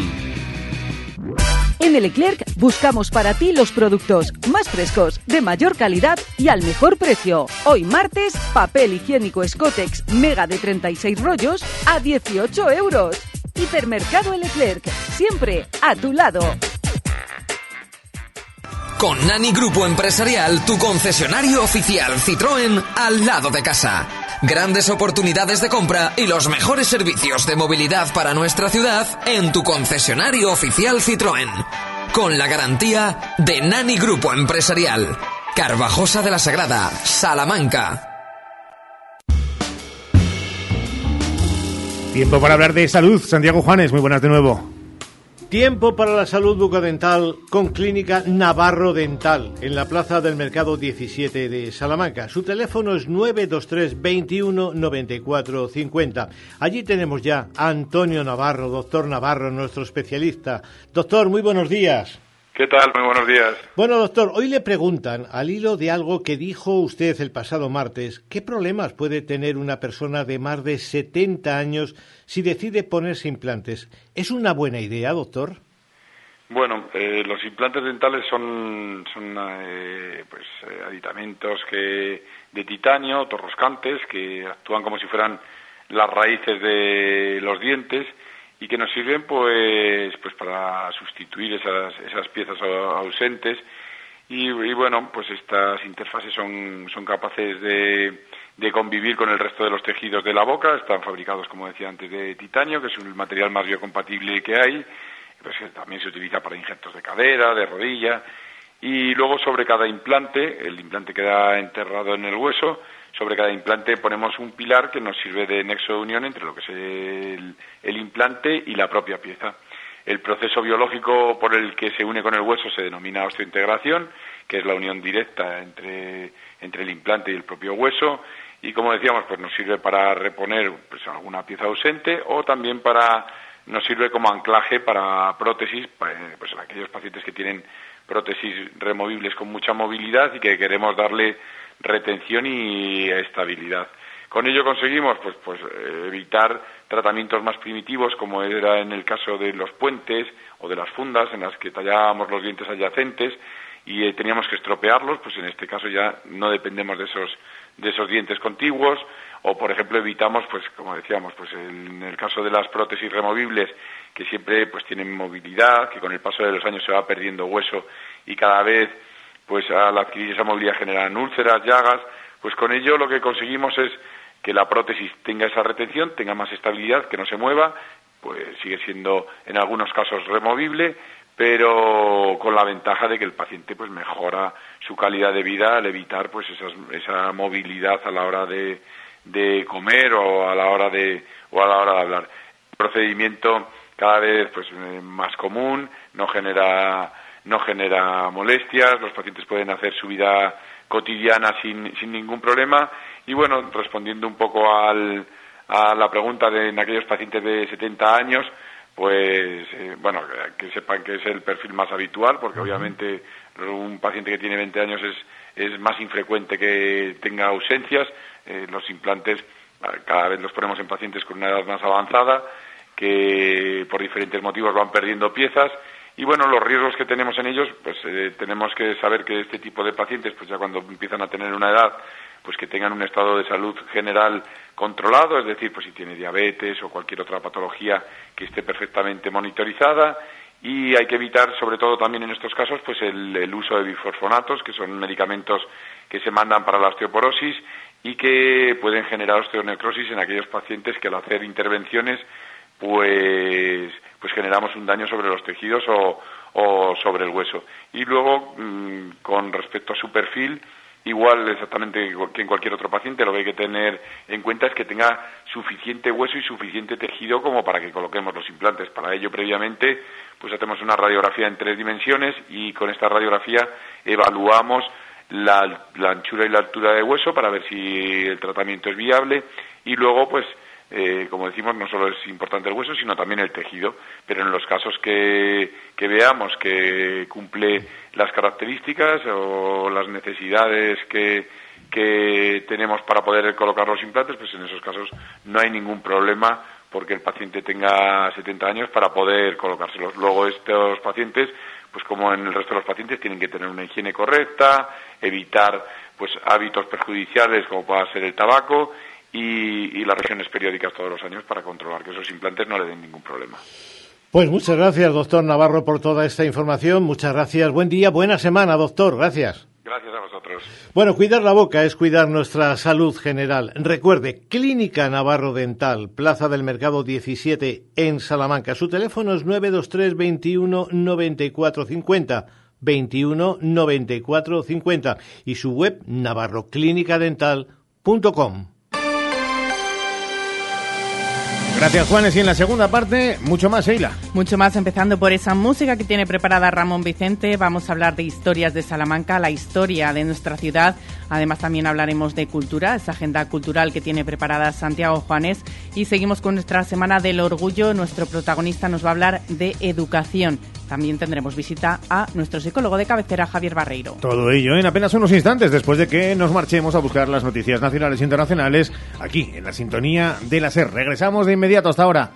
Speaker 6: En el Leclerc buscamos para ti los productos más frescos, de mayor calidad y al mejor precio. Hoy martes, papel higiénico Scotex Mega de 36 rollos a 18 €. Hipermercado El Leclerc, siempre a tu lado.
Speaker 22: Con Nani Grupo Empresarial, tu concesionario oficial Citroën al lado de casa. Grandes oportunidades de compra y los mejores servicios de movilidad para nuestra ciudad en tu concesionario oficial Citroën. Con la garantía de Nani Grupo Empresarial. Carvajosa de la Sagrada, Salamanca.
Speaker 2: Tiempo para hablar de salud. Santiago Juanes, muy buenas de nuevo.
Speaker 4: Tiempo para la salud bucodental con Clínica Navarro Dental en la Plaza del Mercado 17 de Salamanca. Su teléfono es 923 21 94 50. Allí tenemos ya a Antonio Navarro, doctor Navarro, nuestro especialista. Doctor, muy buenos días.
Speaker 23: ¿Qué tal? Muy buenos días.
Speaker 4: Bueno, doctor, hoy le preguntan, al hilo de algo que dijo usted el pasado martes, ¿qué problemas puede tener una persona de más de 70 años si decide ponerse implantes? ¿Es una buena idea, doctor?
Speaker 23: Bueno, los implantes dentales son aditamentos de titanio, torroscantes, que actúan como si fueran las raíces de los dientes y que nos sirven pues para sustituir esas piezas ausentes. Y bueno, pues estas interfaces son capaces de convivir con el resto de los tejidos de la boca. Están fabricados, como decía antes, de titanio, que es el material más biocompatible que hay, pues que también se utiliza para injertos de cadera, de rodilla. Y luego sobre cada implante, el implante queda enterrado en el hueso, sobre cada implante ponemos un pilar que nos sirve de nexo de unión entre lo que es el implante y la propia pieza. El proceso biológico por el que se une con el hueso se denomina osteointegración, que es la unión directa entre el implante y el propio hueso, y como decíamos, pues nos sirve para reponer pues alguna pieza ausente, o también nos sirve como anclaje para prótesis, pues en aquellos pacientes que tienen prótesis removibles con mucha movilidad y que queremos darle retención y estabilidad. Con ello conseguimos pues evitar tratamientos más primitivos, como era en el caso de los puentes o de las fundas en las que tallábamos los dientes adyacentes y teníamos que estropearlos. Pues en este caso ya no dependemos de esos dientes contiguos, o por ejemplo evitamos, pues como decíamos, pues en el caso de las prótesis removibles, que siempre pues tienen movilidad, que con el paso de los años se va perdiendo hueso y cada vez pues al adquirir esa movilidad generan úlceras, llagas. Pues con ello lo que conseguimos es que la prótesis tenga esa retención, tenga más estabilidad, que no se mueva, pues sigue siendo en algunos casos removible, pero con la ventaja de que el paciente pues mejora su calidad de vida al evitar pues esa movilidad a la hora de comer o a la hora de hablar. El procedimiento cada vez pues más común, no genera molestias, los pacientes pueden hacer su vida cotidiana sin ningún problema. Y bueno, respondiendo un poco a la pregunta en aquellos pacientes de 70 años, pues bueno, que sepan que es el perfil más habitual, porque obviamente un paciente que tiene 20 años es más infrecuente que tenga ausencias. Los implantes cada vez los ponemos en pacientes con una edad más avanzada, que por diferentes motivos van perdiendo piezas. Y bueno, los riesgos que tenemos en ellos, pues tenemos que saber que este tipo de pacientes, pues ya cuando empiezan a tener una edad, pues que tengan un estado de salud general controlado, es decir, pues si tiene diabetes o cualquier otra patología que esté perfectamente monitorizada. Y hay que evitar, sobre todo también en estos casos, pues el uso de bifosfonatos, que son medicamentos que se mandan para la osteoporosis y que pueden generar osteonecrosis en aquellos pacientes que al hacer intervenciones pues generamos un daño sobre los tejidos o sobre el hueso. Y luego, con respecto a su perfil, igual exactamente que en cualquier otro paciente, lo que hay que tener en cuenta es que tenga suficiente hueso y suficiente tejido como para que coloquemos los implantes. Para ello, previamente, pues hacemos una radiografía en 3 dimensiones y con esta radiografía evaluamos la anchura y la altura de hueso para ver si el tratamiento es viable. Y luego, pues, como decimos, no solo es importante el hueso, sino también el tejido, pero en los casos que veamos que cumple las características o las necesidades que tenemos para poder colocar los implantes, pues en esos casos no hay ningún problema porque el paciente tenga 70 años para poder colocárselos. Luego estos pacientes, pues como en el resto de los pacientes, tienen que tener una higiene correcta, evitar pues hábitos perjudiciales como pueda ser el tabaco, y las revisiones periódicas todos los años para controlar que esos implantes no le den ningún problema.
Speaker 4: Pues muchas gracias, doctor Navarro, por toda esta información. Muchas gracias. Buen día, buena semana, doctor. Gracias.
Speaker 23: Gracias a vosotros.
Speaker 4: Bueno, cuidar la boca es cuidar nuestra salud general. Recuerde, Clínica Navarro Dental, Plaza del Mercado 17 en Salamanca. Su teléfono es 923 21 94 50. 21 94 50 y su web navarroclinicadental.com.
Speaker 2: Gracias, Juanes. Y en la segunda parte, mucho más, Sheila.
Speaker 3: Mucho más, empezando por esa música que tiene preparada Ramón Vicente. Vamos a hablar de historias de Salamanca, la historia de nuestra ciudad. Además, también hablaremos de cultura, esa agenda cultural que tiene preparada Santiago Juanes. Y seguimos con nuestra Semana del Orgullo. Nuestro protagonista nos va a hablar de educación. También tendremos visita a nuestro psicólogo de cabecera, Javier Barreiro.
Speaker 2: Todo ello en apenas unos instantes, después de que nos marchemos a buscar las noticias nacionales e internacionales aquí, en la sintonía de la SER. Regresamos de inmediato, hasta ahora.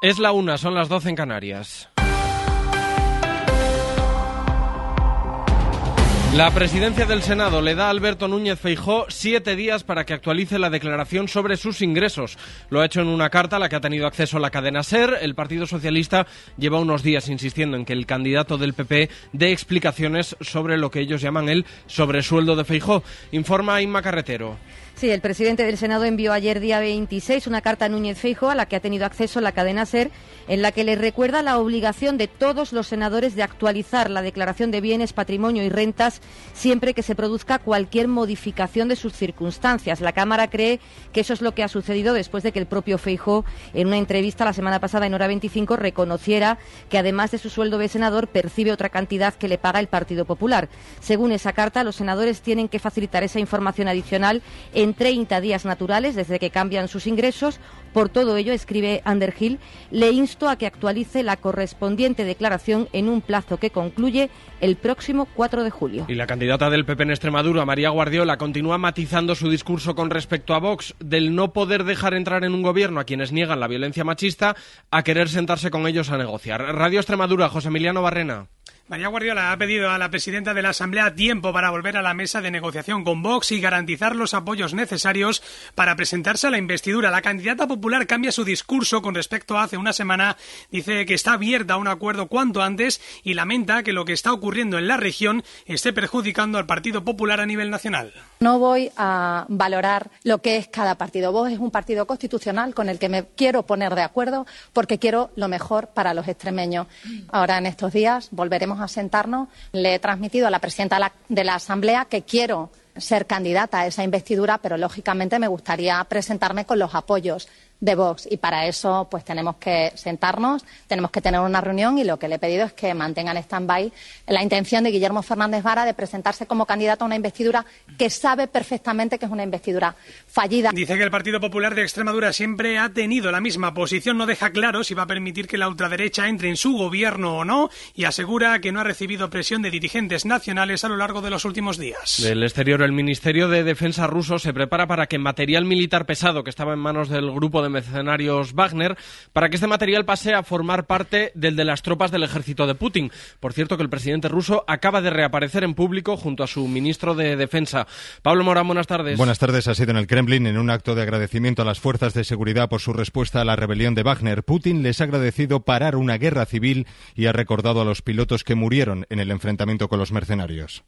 Speaker 5: Es la 1, son las 12 en Canarias. La presidencia del Senado le da a Alberto Núñez Feijóo 7 días para que actualice la declaración sobre sus ingresos. Lo ha hecho en una carta a la que ha tenido acceso la cadena SER. El Partido Socialista lleva unos días insistiendo en que el candidato del PP dé explicaciones sobre lo que ellos llaman el sobresueldo de Feijóo. Informa Inma Carretero.
Speaker 7: Sí, el presidente del Senado envió ayer, día 26, una carta a Núñez Feijóo, a la que ha tenido acceso la cadena SER, en la que le recuerda la obligación de todos los senadores de actualizar la declaración de bienes, patrimonio y rentas siempre que se produzca cualquier modificación de sus circunstancias. La Cámara cree que eso es lo que ha sucedido después de que el propio Feijóo, en una entrevista la semana pasada en Hora 25, reconociera que además de su sueldo de senador percibe otra cantidad que le paga el Partido Popular. Según esa carta, los senadores tienen que facilitar esa información adicional en 30 días naturales desde que cambian sus ingresos. Por todo ello, escribe Underhill, le insto a que actualice la correspondiente declaración en un plazo que concluye el próximo 4 de julio.
Speaker 5: Y la candidata del PP en Extremadura, María Guardiola, continúa matizando su discurso con respecto a Vox, del no poder dejar entrar en un gobierno a quienes niegan la violencia machista, a querer sentarse con ellos a negociar. Radio Extremadura, José Emiliano Barrena.
Speaker 8: María Guardiola ha pedido a la presidenta de la Asamblea tiempo para volver a la mesa de negociación con Vox y garantizar los apoyos necesarios para presentarse a la investidura. La candidata popular cambia su discurso con respecto a hace una semana. Dice que está abierta a un acuerdo cuanto antes y lamenta que lo que está ocurriendo en la región esté perjudicando al Partido Popular a nivel nacional.
Speaker 24: No voy a valorar lo que es cada partido. Vox es un partido constitucional con el que me quiero poner de acuerdo porque quiero lo mejor para los extremeños. Ahora, en estos días, volveremos a sentarnos. Le he transmitido a la presidenta de la Asamblea que quiero ser candidata a esa investidura, pero lógicamente me gustaría presentarme con los apoyos de Vox y para eso pues tenemos que sentarnos, tenemos que tener una reunión y lo que le he pedido es que mantengan en stand-by la intención de Guillermo Fernández Vara de presentarse como candidato a una investidura que sabe perfectamente que es una investidura fallida.
Speaker 8: Dice que el Partido Popular de Extremadura siempre ha tenido la misma posición, no deja claro si va a permitir que la ultraderecha entre en su gobierno o no y asegura que no ha recibido presión de dirigentes nacionales a lo largo de los últimos días.
Speaker 5: Del exterior, el Ministerio de Defensa ruso se prepara para que material militar pesado que estaba en manos del grupo de mercenarios Wagner, para que este material pase a formar parte del de las tropas del ejército de Putin. Por cierto, que el presidente ruso acaba de reaparecer en público junto a su ministro de Defensa. Pablo Morán, buenas tardes.
Speaker 25: Buenas tardes. Ha sido en el Kremlin en un acto de agradecimiento a las fuerzas de seguridad por su respuesta a la rebelión de Wagner. Putin les ha agradecido parar una guerra civil y ha recordado a los pilotos que murieron en el enfrentamiento con los mercenarios.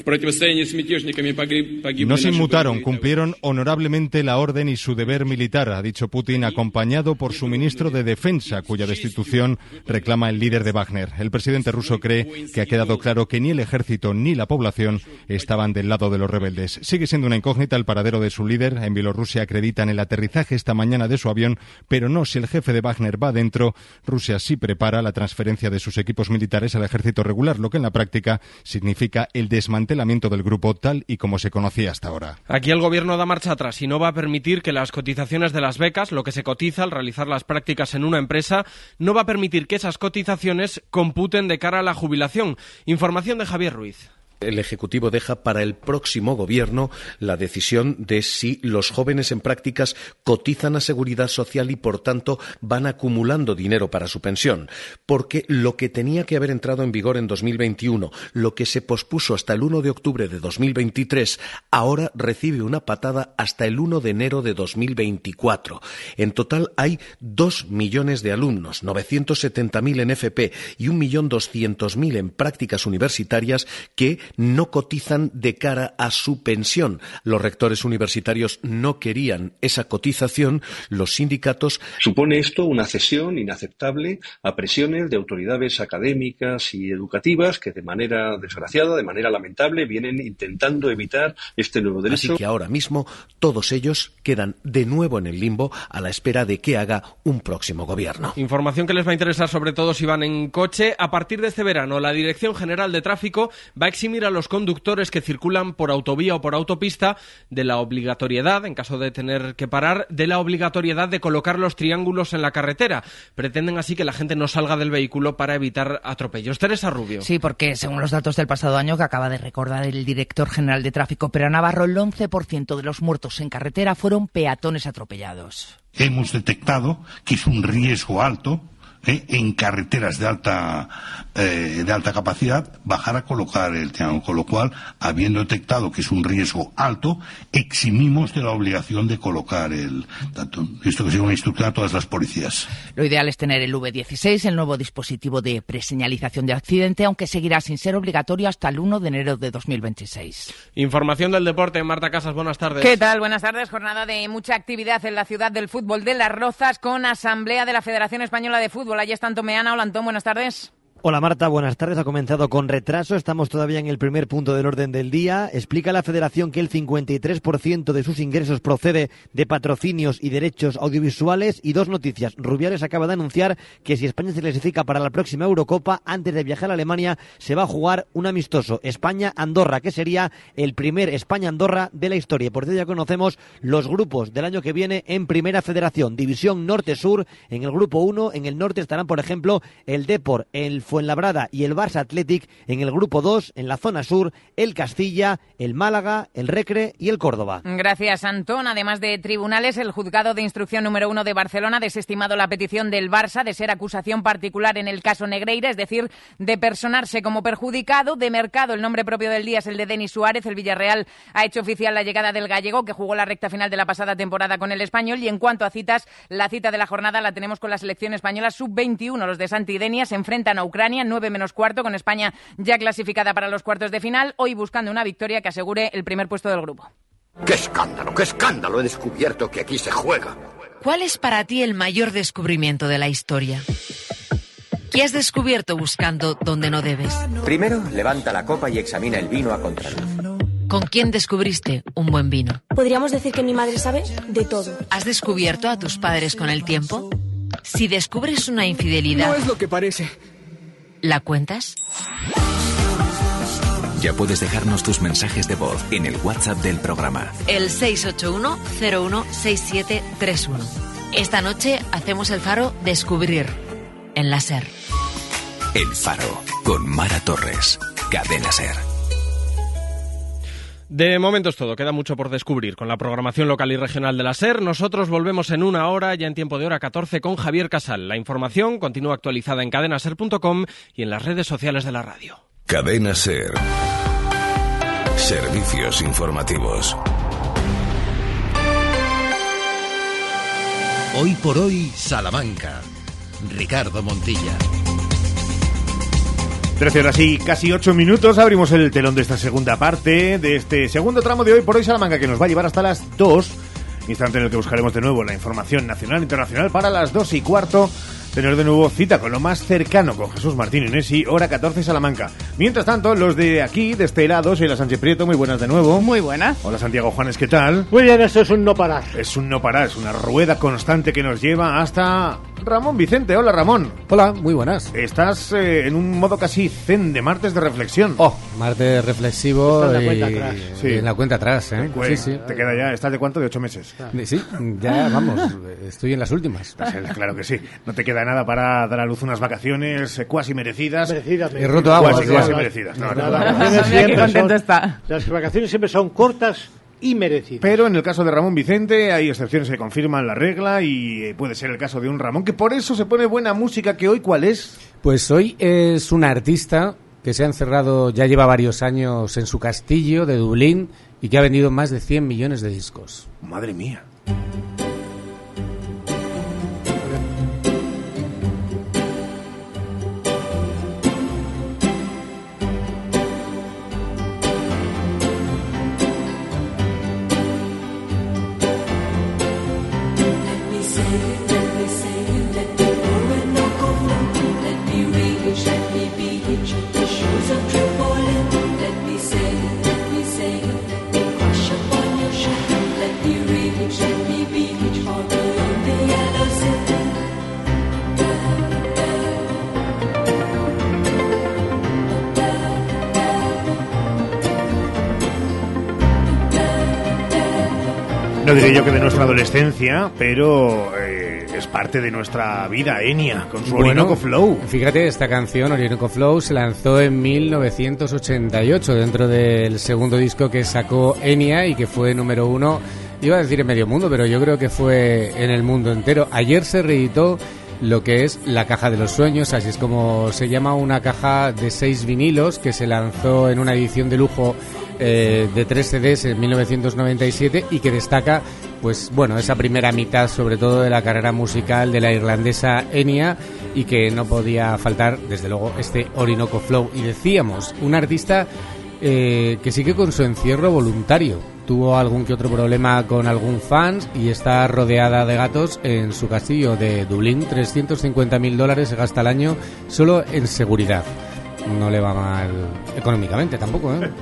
Speaker 25: No se inmutaron, cumplieron honorablemente la orden y su deber militar, ha dicho Putin, acompañado por su ministro de Defensa, cuya destitución reclama el líder de Wagner. El presidente ruso cree que ha quedado claro que ni el ejército ni la población estaban del lado de los rebeldes. Sigue siendo una incógnita el paradero de su líder. En Bielorrusia acreditan el aterrizaje esta mañana de su avión, pero no si el jefe de Wagner va adentro. Rusia sí prepara la transferencia de sus equipos militares al ejército regular, lo que en la práctica significa el desmantelamiento del grupo tal y como se conocía hasta ahora.
Speaker 5: Aquí el gobierno da marcha atrás y no va a permitir que las cotizaciones de las becas, lo que se cotiza al realizar las prácticas en una empresa, no va a permitir que esas cotizaciones computen de cara a la jubilación. Información de Javier Ruiz.
Speaker 26: El Ejecutivo deja para el próximo Gobierno la decisión de si los jóvenes en prácticas cotizan a Seguridad Social y, por tanto, van acumulando dinero para su pensión. Porque lo que tenía que haber entrado en vigor en 2021, lo que se pospuso hasta el 1 de octubre de 2023, ahora recibe una patada hasta el 1 de enero de 2024. En total hay 2 millones de alumnos, 970.000 en FP y 1.200.000 en prácticas universitarias que no cotizan de cara a su pensión. Los rectores universitarios no querían esa cotización, los sindicatos.
Speaker 27: Supone esto una cesión inaceptable a presiones de autoridades académicas y educativas que de manera desgraciada, de manera lamentable, vienen intentando evitar este nuevo derecho.
Speaker 26: Así que ahora mismo todos ellos quedan de nuevo en el limbo a la espera de que haga un próximo gobierno.
Speaker 5: Información que les va a interesar sobre todo si van en coche. A partir de este verano, la Dirección General de Tráfico va a eximir eximir a los conductores que circulan por autovía o por autopista de la obligatoriedad, en caso de tener que parar, de la obligatoriedad de colocar los triángulos en la carretera. Pretenden así que la gente no salga del vehículo para evitar atropellos. Teresa Rubio.
Speaker 10: Sí, porque según los datos del pasado año que acaba de recordar el director general de Tráfico, Pera Navarro, el 11% de los muertos en carretera fueron peatones atropellados.
Speaker 11: Hemos detectado que es un riesgo alto en carreteras de alta capacidad bajar a colocar el triángulo, con lo cual, habiendo detectado que es un riesgo alto, eximimos de la obligación de colocar el dato. Esto que sea una instrucción a todas las policías.
Speaker 10: Lo ideal es tener el V16, el nuevo dispositivo de preseñalización de accidente, aunque seguirá sin ser obligatorio hasta el 1 de enero de 2026.
Speaker 5: Información del deporte. Marta Casas, buenas tardes.
Speaker 12: ¿Qué tal? Buenas tardes. Jornada de mucha actividad en la ciudad del fútbol de Las Rozas, con asamblea de la Federación Española de Fútbol. Allí está Antón Meana. Hola, Antón, buenas tardes.
Speaker 13: Hola Marta, buenas tardes. Ha comenzado con retraso, estamos todavía en el primer punto del orden del día. Explica la Federación que el 53% de sus ingresos procede de patrocinios y derechos audiovisuales. Y dos noticias. Rubiales acaba de anunciar que si España se clasifica para la próxima Eurocopa, antes de viajar a Alemania, se va a jugar un amistoso España-Andorra, que sería el primer España-Andorra de la historia. Por eso ya conocemos los grupos del año que viene en Primera Federación. División Norte-Sur, en el grupo 1, en el norte estarán, por ejemplo, el Depor, el Fuenlabrada y el Barça Athletic. En el grupo 2, en la zona sur, el Castilla, el Málaga, el Recre y el Córdoba.
Speaker 12: Gracias, Antón. Además de tribunales, el Juzgado de Instrucción número 1 de Barcelona ha desestimado la petición del Barça de ser acusación particular en el caso Negreira, es decir, de personarse como perjudicado. De mercado, el nombre propio del día es el de Denis Suárez. El Villarreal ha hecho oficial la llegada del gallego, que jugó la recta final de la pasada temporada con el Español. Y en cuanto a citas, la cita de la jornada la tenemos con la selección española sub-21. Los de Santidenia se enfrentan a Ucrania, 9 menos cuarto, con España ya clasificada para los cuartos de final, hoy buscando una victoria que asegure el primer puesto del grupo.
Speaker 14: ¡Qué escándalo, qué escándalo! He descubierto que aquí se juega.
Speaker 15: ¿Cuál es para ti el mayor descubrimiento de la historia? ¿Qué has descubierto buscando donde no debes?
Speaker 16: Primero, levanta la copa y examina el vino a contraluz.
Speaker 15: ¿Con quién descubriste un buen vino?
Speaker 28: Podríamos decir que mi madre sabe de todo.
Speaker 15: ¿Has descubierto a tus padres con el tiempo? Si descubres una infidelidad...
Speaker 16: No es lo que parece.
Speaker 15: ¿La cuentas?
Speaker 19: Ya puedes dejarnos tus mensajes de voz en el WhatsApp del programa.
Speaker 15: El 681-016731. Esta noche hacemos el Faro Descubrir en la SER.
Speaker 19: El Faro, con Mara Torres. Cadena SER.
Speaker 5: De momento es todo, queda mucho por descubrir con la programación local y regional de la SER. Nosotros volvemos en una hora, ya en tiempo de hora 14, con Javier Casal. La información continúa actualizada en cadenaser.com y en las redes sociales de la radio.
Speaker 29: Cadena SER. Servicios informativos.
Speaker 1: Hoy por hoy, Salamanca. Ricardo Montilla.
Speaker 2: 13 horas y casi 8 minutos, abrimos el telón de esta segunda parte, de este segundo tramo de Hoy por Hoy Salamanca, que nos va a llevar hasta las 2, instante en el que buscaremos de nuevo la información nacional e internacional para las 2:15, tener de nuevo cita con lo más cercano con Jesús Martín Inesi, hora 14 Salamanca. Mientras tanto, los de aquí, de este lado, soy la Sánchez Prieto, muy buenas de nuevo.
Speaker 3: Muy buenas.
Speaker 2: Hola Santiago Juanes, ¿qué tal?
Speaker 4: Muy bien, esto es un no parar.
Speaker 2: Es un no parar, es una rueda constante que nos lleva hasta Ramón Vicente. Hola Ramón.
Speaker 30: Hola, muy buenas.
Speaker 2: Estás en un modo casi zen de martes de reflexión.
Speaker 30: Oh, martes reflexivo
Speaker 2: en la
Speaker 30: y
Speaker 2: cuenta atrás. Sí.
Speaker 30: En la cuenta atrás, ¿eh?
Speaker 2: Sí,
Speaker 30: sí.
Speaker 2: ¿Te queda ya? ¿Estás de cuánto? ¿De 8 meses?
Speaker 30: Sí, ya vamos, estoy en las últimas.
Speaker 2: Pues, claro que sí. No te queda nada para dar a luz unas vacaciones cuasi merecidas.
Speaker 30: He roto agua.
Speaker 2: Cuasi merecidas. No,
Speaker 3: qué contento está.
Speaker 4: Las vacaciones siempre son cortas y merecidas.
Speaker 2: Pero en el caso de Ramón Vicente hay excepciones que confirman la regla y puede ser el caso de un Ramón que por eso se pone buena música. Que hoy, ¿cuál es?
Speaker 30: Pues hoy es una artista que se ha encerrado, ya lleva varios años en su castillo de Dublín y que ha vendido más de 100 millones de discos.
Speaker 2: Madre mía.
Speaker 31: Let me
Speaker 2: No diré yo que de nuestra adolescencia, pero es parte de nuestra vida, Enya, con su Orinoco Flow.
Speaker 30: Fíjate, esta canción, Orinoco Flow, se lanzó en 1988 dentro del segundo disco que sacó Enya y que fue número 1, iba a decir en medio mundo, pero yo creo que fue en el mundo entero. Ayer se reeditó lo que es La Caja de los Sueños, así es como se llama, una caja de 6 vinilos que se lanzó en una edición de lujo de 3 CDs en 1997 y que destaca, pues bueno, esa primera mitad sobre todo de la carrera musical de la irlandesa Enya, y que no podía faltar desde luego este Orinoco Flow. Y decíamos, un artista que sigue con su encierro voluntario. Tuvo algún que otro problema con algún fans y está rodeada de gatos en su castillo de Dublín. $350.000 se gasta al año solo en seguridad. No le va mal económicamente tampoco, ¿eh?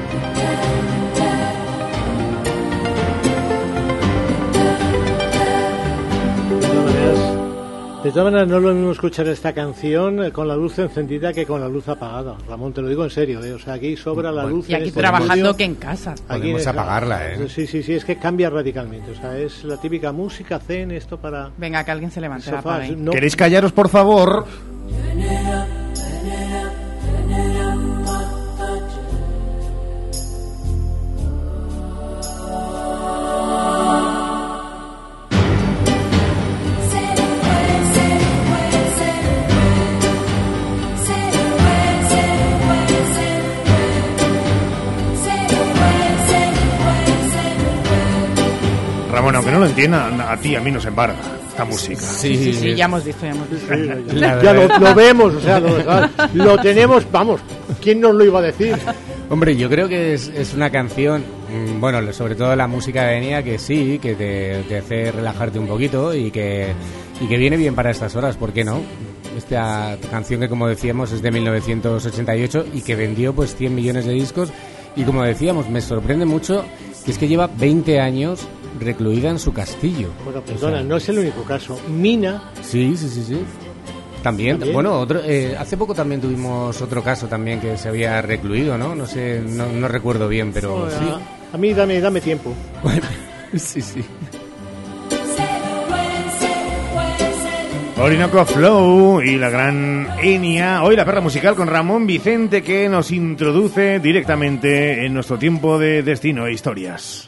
Speaker 4: De todas maneras, no es lo mismo escuchar esta canción con la luz encendida que con la luz apagada. Ramón, te lo digo en serio, ¿eh? O sea, aquí sobra la luz.
Speaker 3: Y aquí trabajando que en casa.
Speaker 30: Podemos apagarla, ¿eh?
Speaker 4: Sí, es que cambia radicalmente. O sea, es la típica música zen, esto para...
Speaker 3: Venga, que alguien se levante la pared.
Speaker 2: No. ¿Queréis callaros, por favor? Ramón, aunque no lo entienda, a ti, a mí nos embarga esta música.
Speaker 3: Sí, ya hemos visto.
Speaker 4: Ya lo vemos, o sea, lo tenemos, vamos, ¿quién nos lo iba a decir?
Speaker 30: Hombre, yo creo que es una canción, bueno, sobre todo la música de Enya, que sí, que te hace relajarte un poquito y que viene bien para estas horas, ¿por qué no? Esta canción que, como decíamos, es de 1988 y que vendió pues 100 millones de discos, y como decíamos, me sorprende mucho que es que lleva 20 años recluida en su castillo.
Speaker 4: Bueno, perdona, no es el único caso. Mina...
Speaker 30: Sí. También. Bueno, hace poco también tuvimos otro caso también que se había recluido, ¿no? No sé, no recuerdo bien, pero sí.
Speaker 4: A mí dame tiempo.
Speaker 30: Sí.
Speaker 2: Orinoco Flow y la gran Enya. Hoy la perra musical con Ramón Vicente, que nos introduce directamente en nuestro tiempo de destino e historias.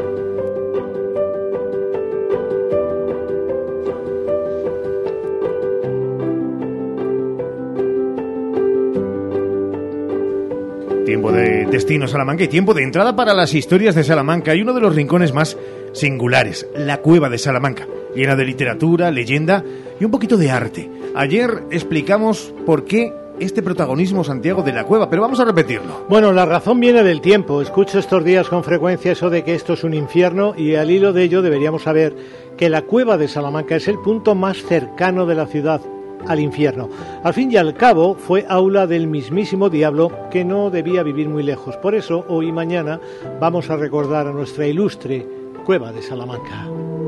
Speaker 2: Tiempo de destino Salamanca y tiempo de entrada para las historias de Salamanca y uno de los rincones más singulares, la Cueva de Salamanca, llena de literatura, leyenda y un poquito de arte. Ayer explicamos por qué este protagonismo, Santiago, de la cueva, pero vamos a repetirlo.
Speaker 4: Bueno, la razón viene del tiempo. Escucho estos días con frecuencia eso de que esto es un infierno, y al hilo de ello deberíamos saber que la Cueva de Salamanca es el punto más cercano de la ciudad al infierno. Al fin y al cabo fue aula del mismísimo diablo, que no debía vivir muy lejos. Por eso hoy y mañana vamos a recordar a nuestra ilustre Cueva de Salamanca.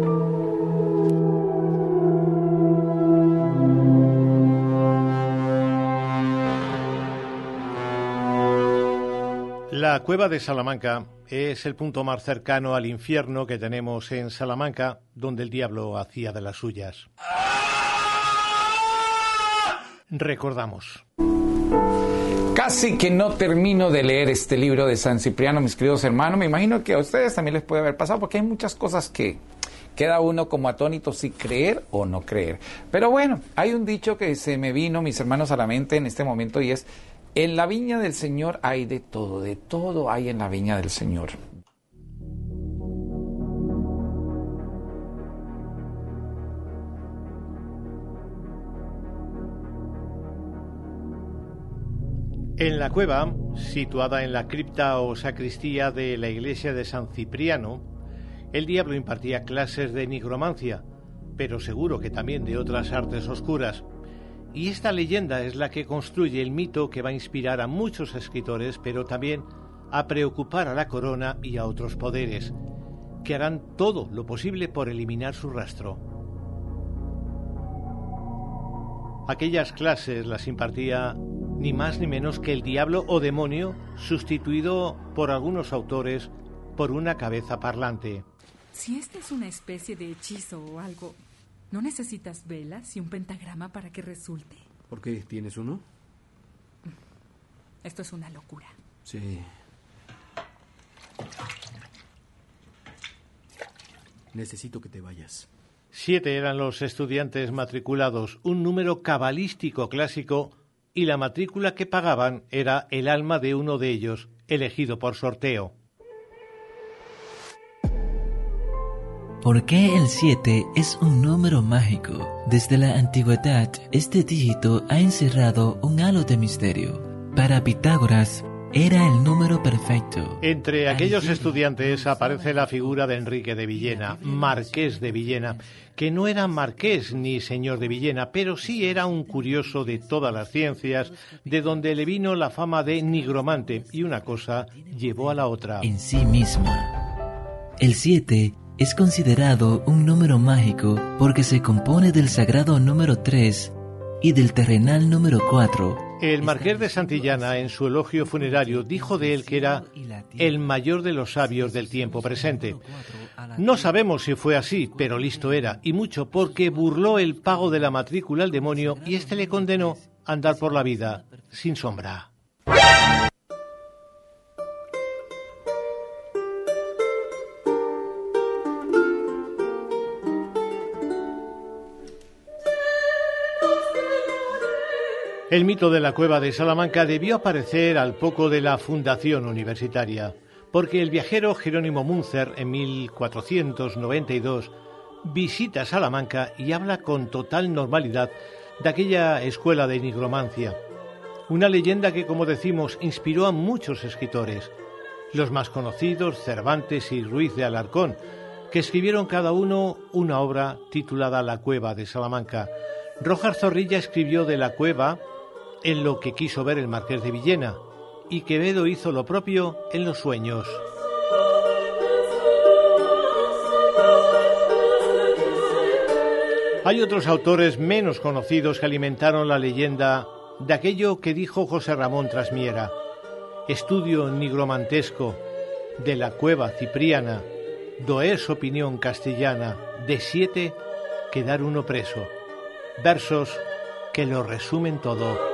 Speaker 4: La Cueva de Salamanca es el punto más cercano al infierno que tenemos en Salamanca, donde el diablo hacía de las suyas. Recordamos.
Speaker 6: Casi que no termino de leer este libro de San Cipriano, mis queridos hermanos. Me imagino que a ustedes también les puede haber pasado, porque hay muchas cosas que queda uno como atónito si creer o no creer. Pero bueno, hay un dicho que se me vino, mis hermanos, a la mente en este momento, y es: en la viña del Señor hay de todo hay en la viña del Señor.
Speaker 4: En la cueva, situada en la cripta o sacristía de la iglesia de San Cipriano, el diablo impartía clases de nigromancia, pero seguro que también de otras artes oscuras. Y esta leyenda es la que construye el mito que va a inspirar a muchos escritores, pero también a preocupar a la corona y a otros poderes, que harán todo lo posible por eliminar su rastro. Aquellas clases las impartía ni más ni menos que el diablo o demonio, sustituido por algunos autores por una cabeza parlante.
Speaker 7: Si esta es una especie de hechizo o algo, ¿no necesitas velas y un pentagrama para que resulte?
Speaker 8: ¿Por qué? ¿Tienes uno?
Speaker 7: Esto es una locura.
Speaker 8: Sí. Necesito que te vayas.
Speaker 4: 7 eran los estudiantes matriculados, un número cabalístico clásico, y la matrícula que pagaban era el alma de uno de ellos, elegido por sorteo.
Speaker 9: ¿Por qué el 7 es un número mágico? Desde la antigüedad, este dígito ha encerrado un halo de misterio. Para Pitágoras, era el número perfecto.
Speaker 4: Entre aquellos estudiantes aparece la figura de Enrique de Villena, marqués de Villena, que no era marqués ni señor de Villena, pero sí era un curioso de todas las ciencias, de donde le vino la fama de nigromante, y una cosa llevó a la otra.
Speaker 9: En sí misma. El 7 es considerado un número mágico porque se compone del sagrado número 3 y del terrenal número 4.
Speaker 4: El marqués de Santillana, en su elogio funerario, dijo de él que era el mayor de los sabios del tiempo presente. No sabemos si fue así, pero listo era, y mucho, porque burló el pago de la matrícula al demonio y éste le condenó a andar por la vida sin sombra. El mito de la cueva de Salamanca debió aparecer al poco de la fundación universitaria, porque el viajero Jerónimo Munzer, en 1492, visita Salamanca y habla con total normalidad de aquella escuela de nigromancia. Una leyenda que, como decimos, inspiró a muchos escritores, los más conocidos, Cervantes y Ruiz de Alarcón, que escribieron cada uno una obra titulada La cueva de Salamanca. Rojas Zorrilla escribió de la cueva en Lo que quiso ver el marqués de Villena, y Quevedo hizo lo propio en Los sueños. Hay otros autores menos conocidos que alimentaron la leyenda de aquello que dijo José Ramón Trasmiera: estudio nigromantesco de la cueva cipriana, do es opinión castellana, de 7 quedar uno preso. Versos que lo resumen todo.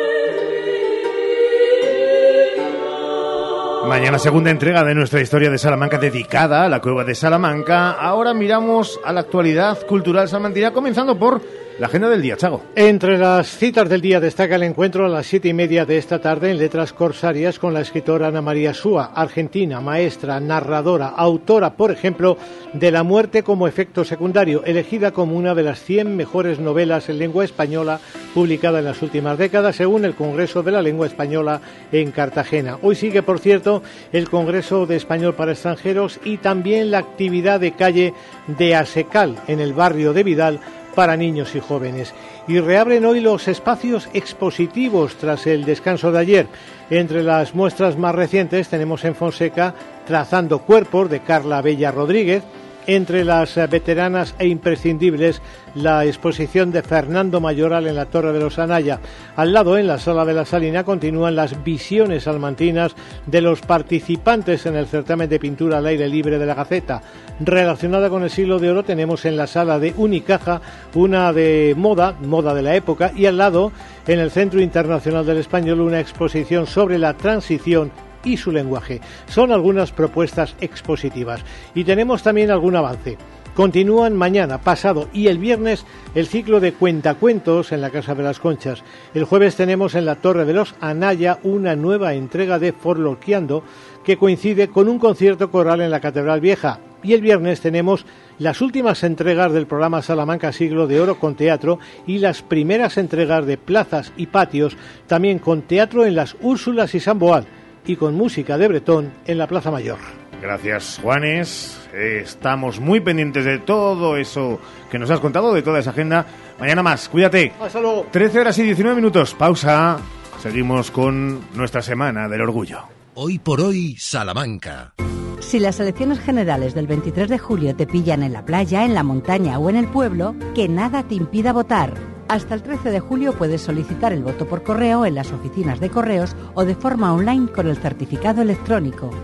Speaker 2: Mañana segunda entrega de nuestra historia de Salamanca dedicada a la cueva de Salamanca. Ahora miramos a la actualidad cultural salmantina, comenzando por la agenda del día, Chago.
Speaker 4: Entre las citas del día destaca el encuentro a las 7:30 de esta tarde en Letras Corsarias con la escritora Ana María Súa, argentina, maestra, narradora, autora, por ejemplo, de La muerte como efecto secundario, elegida como una de las 100 mejores novelas en lengua española publicada en las últimas décadas, según el Congreso de la Lengua Española en Cartagena. Hoy sigue, por cierto, el Congreso de Español para Extranjeros y también la actividad de calle de Asecal, en el barrio de Vidal, para niños y jóvenes. Y reabren hoy los espacios expositivos tras el descanso de ayer. Entre las muestras más recientes tenemos en Fonseca Trazando cuerpos, de Carla Bella Rodríguez. Entre las veteranas e imprescindibles, la exposición de Fernando Mayoral en la Torre de los Anaya. Al lado, en la Sala de la Salina, continúan las visiones salmantinas de los participantes en el certamen de pintura al aire libre de la Gaceta. Relacionada con el Siglo de Oro, tenemos en la Sala de Unicaja una de moda de la época, y al lado, en el Centro Internacional del Español, una exposición sobre la transición y su lenguaje. Son algunas propuestas expositivas. Y tenemos también algún avance. Continúan mañana, pasado y el viernes el ciclo de cuentacuentos en la Casa de las Conchas. El jueves tenemos en la Torre de los Anaya una nueva entrega de Forlorquiando, que coincide con un concierto coral en la Catedral Vieja. Y el viernes tenemos las últimas entregas del programa Salamanca Siglo de Oro con teatro y las primeras entregas de Plazas y Patios, también con teatro en las Úrsulas y San Boal, y con música de Bretón en la Plaza Mayor.
Speaker 2: Gracias, Juanes. Estamos muy pendientes de todo eso que nos has contado, de toda esa agenda. Mañana más, cuídate.
Speaker 4: Hasta luego.
Speaker 2: 13 horas y 19 minutos. Pausa. Seguimos con nuestra Semana del Orgullo.
Speaker 1: Hoy por hoy, Salamanca.
Speaker 17: Si las elecciones generales del 23 de julio te pillan en la playa, en la montaña o en el pueblo, que nada te impida votar. Hasta el 13 de julio puedes solicitar el voto por correo en las oficinas de correos o de forma online con el certificado electrónico.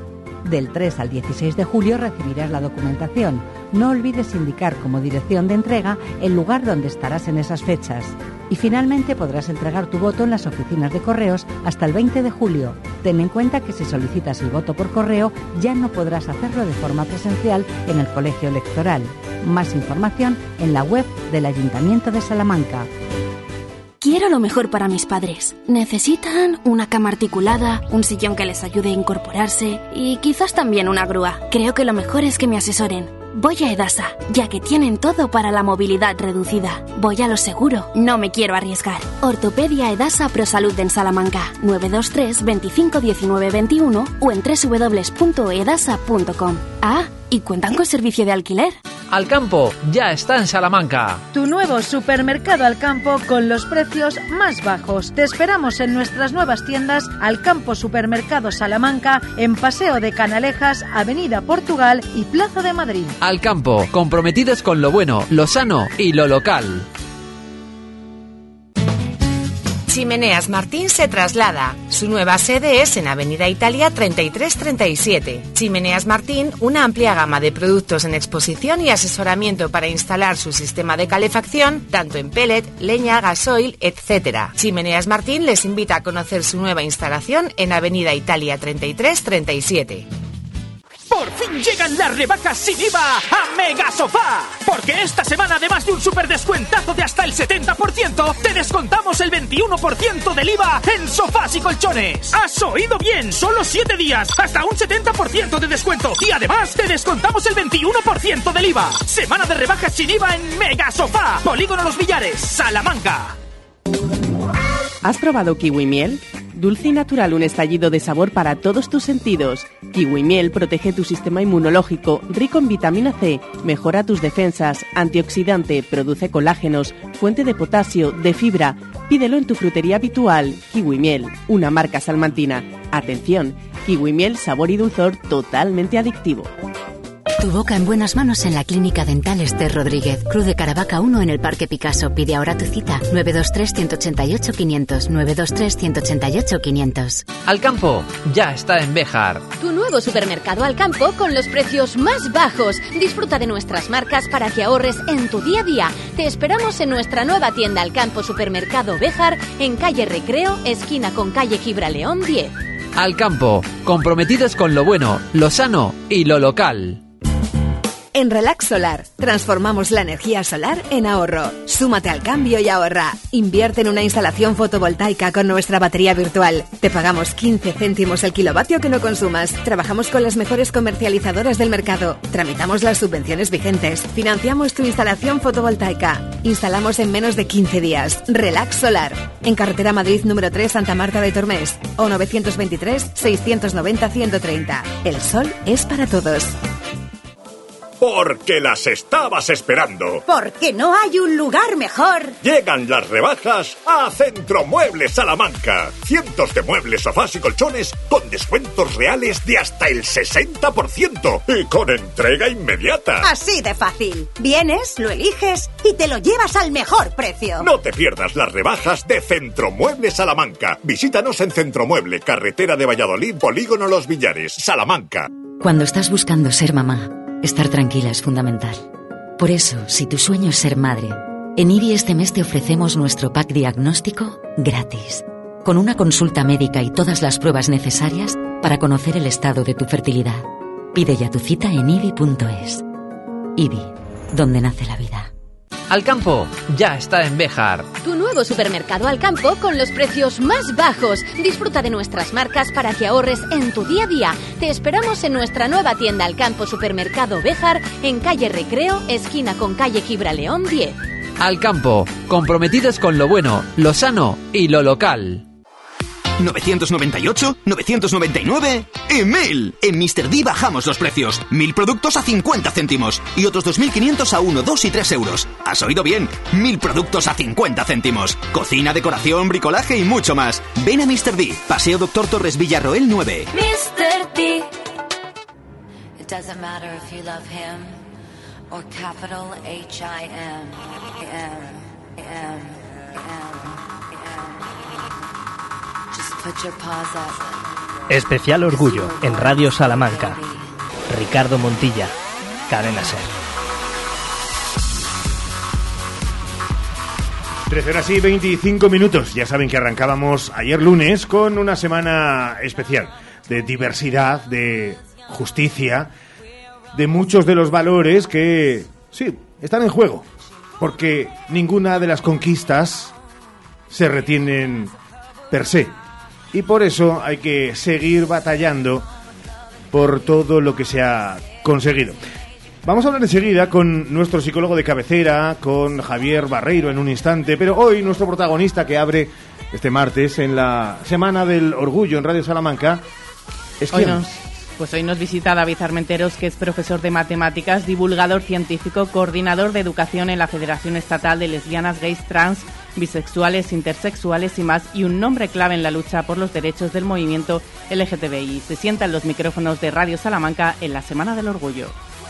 Speaker 17: Del 3 al 16 de julio recibirás la documentación. No olvides indicar como dirección de entrega el lugar donde estarás en esas fechas. Y finalmente podrás entregar tu voto en las oficinas de correos hasta el 20 de julio. Ten en cuenta que si solicitas el voto por correo ya no podrás hacerlo de forma presencial en el colegio electoral. Más información en la web del Ayuntamiento de Salamanca.
Speaker 28: Quiero lo mejor para mis padres. Necesitan una cama articulada, un sillón que les ayude a incorporarse y quizás también una grúa. Creo que lo mejor es que me asesoren. Voy a Edasa, ya que tienen todo para la movilidad reducida. Voy a lo seguro, no me quiero arriesgar. Ortopedia Edasa ProSalud en Salamanca, 923 25 19 21 o en www.edasa.com. Ah, ¿y cuentan con servicio de alquiler?
Speaker 11: Alcampo ya está en Salamanca.
Speaker 18: Tu nuevo supermercado Alcampo con los precios más bajos. Te esperamos en nuestras nuevas tiendas Alcampo Supermercado Salamanca, en Paseo de Canalejas, Avenida Portugal y Plaza de Madrid.
Speaker 11: Alcampo, comprometidos con lo bueno, lo sano y lo local.
Speaker 20: Chimeneas Martín se traslada. Su nueva sede es en Avenida Italia 3337. Chimeneas Martín, una amplia gama de productos en exposición y asesoramiento para instalar su sistema de calefacción, tanto en pellet, leña, gasoil, etc. Chimeneas Martín les invita a conocer su nueva instalación en Avenida Italia 3337.
Speaker 21: Por fin llegan las rebajas sin IVA a Mega Sofá. Porque esta semana, además de un super descuentazo de hasta el 70%, te descontamos el 21% del IVA en sofás y colchones. ¿Has oído bien? Solo 7 días, hasta un 70% de descuento. Y además te descontamos el 21% del IVA. Semana de rebajas sin IVA en Mega Sofá. Polígono Los Villares, Salamanca.
Speaker 3: ¿Has probado kiwi miel? Dulce y natural, un estallido de sabor para todos tus sentidos. Kiwi miel protege tu sistema inmunológico, rico en vitamina C, mejora tus defensas, antioxidante, produce colágenos, fuente de potasio, de fibra. Pídelo en tu frutería habitual. Kiwi miel, una marca salmantina. Atención, kiwi miel, sabor y dulzor totalmente adictivo.
Speaker 22: Tu boca en buenas manos en la Clínica Dental Esther Rodríguez, Cruz de Caravaca 1 en el Parque Picasso. Pide ahora tu cita. 923-188-500. 923-188-500.
Speaker 11: Alcampo ya está en Béjar.
Speaker 23: Tu nuevo supermercado Alcampo con los precios más bajos. Disfruta de nuestras marcas para que ahorres en tu día a día. Te esperamos en nuestra nueva tienda Alcampo Supermercado Béjar, en calle Recreo, esquina con calle Gibraleón 10.
Speaker 11: Alcampo, comprometidos con lo bueno, lo sano y lo local.
Speaker 24: En Relax Solar, transformamos la energía solar en ahorro. Súmate al cambio y ahorra. Invierte en una instalación fotovoltaica con nuestra batería virtual. Te pagamos 15 céntimos el kilovatio que no consumas. Trabajamos con las mejores comercializadoras del mercado. Tramitamos las subvenciones vigentes. Financiamos tu instalación fotovoltaica. Instalamos en menos de 15 días. Relax Solar. En carretera Madrid número 3, Santa Marta de Tormes. O 923-690-130. El sol es para todos.
Speaker 25: Porque las estabas esperando.
Speaker 26: Porque no hay un lugar mejor.
Speaker 25: Llegan las rebajas a Centromuebles Salamanca. Cientos de muebles, sofás y colchones con descuentos reales de hasta el 60% y con entrega inmediata.
Speaker 26: Así de fácil. Vienes, lo eliges y te lo llevas al mejor precio.
Speaker 25: No te pierdas las rebajas de Centromuebles Salamanca. Visítanos en Centromueble, carretera de Valladolid, Polígono Los Villares, Salamanca.
Speaker 22: Cuando estás buscando ser mamá, estar tranquila es fundamental. Por eso, si tu sueño es ser madre, en IBI este mes te ofrecemos nuestro pack diagnóstico gratis, con una consulta médica y todas las pruebas necesarias para conocer el estado de tu fertilidad. Pide ya tu cita en ibi.es. IBI, donde nace la vida.
Speaker 11: Alcampo ya está en Béjar.
Speaker 23: Tu nuevo supermercado Alcampo con los precios más bajos. Disfruta de nuestras marcas para que ahorres en tu día a día. Te esperamos en nuestra nueva tienda Alcampo Supermercado Béjar, en calle Recreo, esquina con calle Gibraleón 10.
Speaker 11: Alcampo, comprometidos con lo bueno, lo sano y lo local.
Speaker 27: 998, 999 y 1000. En Mr. D bajamos los precios. 1000 productos a 50 céntimos y otros 2500 a 1, 2 y 3 euros. ¿Has oído bien? 1000 productos a 50 céntimos. Cocina, decoración, bricolaje y mucho más. Ven a Mr. D, Paseo Doctor Torres Villarroel 9.
Speaker 31: Mr. D. It doesn't matter if you love him or capital H-I-M. Just put your paws up
Speaker 5: Especial Orgullo en Radio Salamanca. Ricardo Montilla, Cadena SER.
Speaker 2: 13:25. Ya saben que arrancábamos ayer lunes con una semana especial de diversidad, de justicia, de muchos de los valores que, sí, están en juego. Porque ninguna de las conquistas se retienen per se. Y por eso hay que seguir batallando por todo lo que se ha conseguido. Vamos a hablar enseguida con nuestro psicólogo de cabecera, con Javier Barreiro en un instante, pero hoy nuestro protagonista que abre este martes en la Semana del Orgullo en Radio Salamanca es ¿quién?
Speaker 3: Hoy nos visita David Armenteros, que es profesor de matemáticas, divulgador científico, coordinador de educación en la Federación Estatal de Lesbianas, Gays, Trans, Bisexuales, Intersexuales y más, y un nombre clave en la lucha por los derechos del movimiento LGTBI. Se sienta en los micrófonos de Radio Salamanca en la Semana del Orgullo.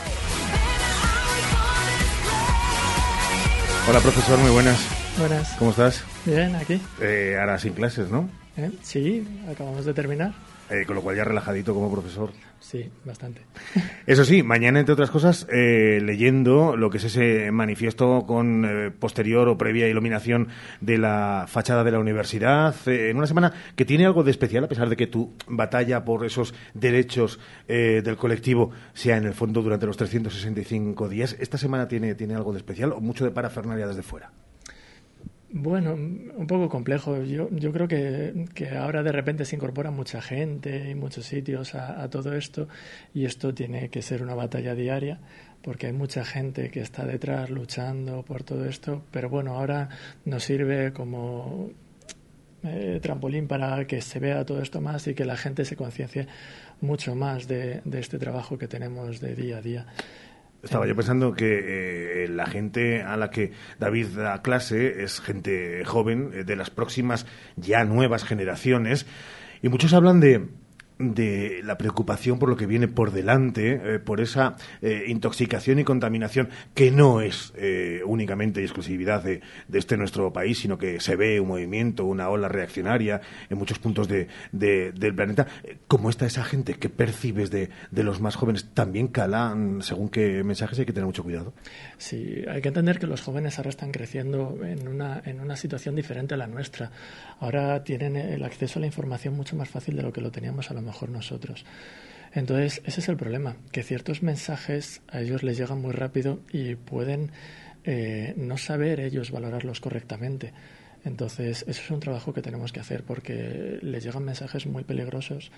Speaker 2: Hola, profesor, muy buenas.
Speaker 6: Buenas.
Speaker 2: ¿Cómo estás?
Speaker 6: Bien, aquí.
Speaker 2: Ahora sin clases, ¿no?
Speaker 6: Sí, acabamos de terminar.
Speaker 2: Con lo cual ya relajadito como profesor.
Speaker 6: Sí, bastante.
Speaker 2: Eso sí, mañana, entre otras cosas, leyendo lo que es ese manifiesto con posterior o previa iluminación de la fachada de la universidad, en una semana que tiene algo de especial, a pesar de que tu batalla por esos derechos del colectivo sea en el fondo durante los 365 días. ¿Esta semana tiene algo de especial o mucho de parafernalia desde fuera?
Speaker 6: Bueno, un poco complejo. Yo creo que ahora de repente se incorpora mucha gente y muchos sitios a todo esto, y esto tiene que ser una batalla diaria porque hay mucha gente que está detrás luchando por todo esto, pero bueno, ahora nos sirve como trampolín para que se vea todo esto más y que la gente se conciencie mucho más de este trabajo que tenemos de día a día.
Speaker 2: Estaba yo pensando que la gente a la que David da clase es gente joven, de las próximas ya nuevas generaciones, y muchos hablan de la preocupación por lo que viene por delante, por esa intoxicación y contaminación que no es únicamente y exclusividad de este nuestro país, sino que se ve un movimiento, una ola reaccionaria en muchos puntos del planeta. ¿Cómo está esa gente? ¿Qué percibes de los más jóvenes? ¿También calan según qué mensajes? Hay que tener mucho cuidado.
Speaker 6: Sí, hay que entender que los jóvenes ahora están creciendo en una situación diferente a la nuestra. Ahora tienen el acceso a la información mucho más fácil de lo que lo teníamos a lo mejor nosotros. Entonces, ese es el problema, que ciertos mensajes a ellos les llegan muy rápido y pueden no saber ellos valorarlos correctamente. Entonces, eso es un trabajo que tenemos que hacer porque les llegan mensajes muy peligrosos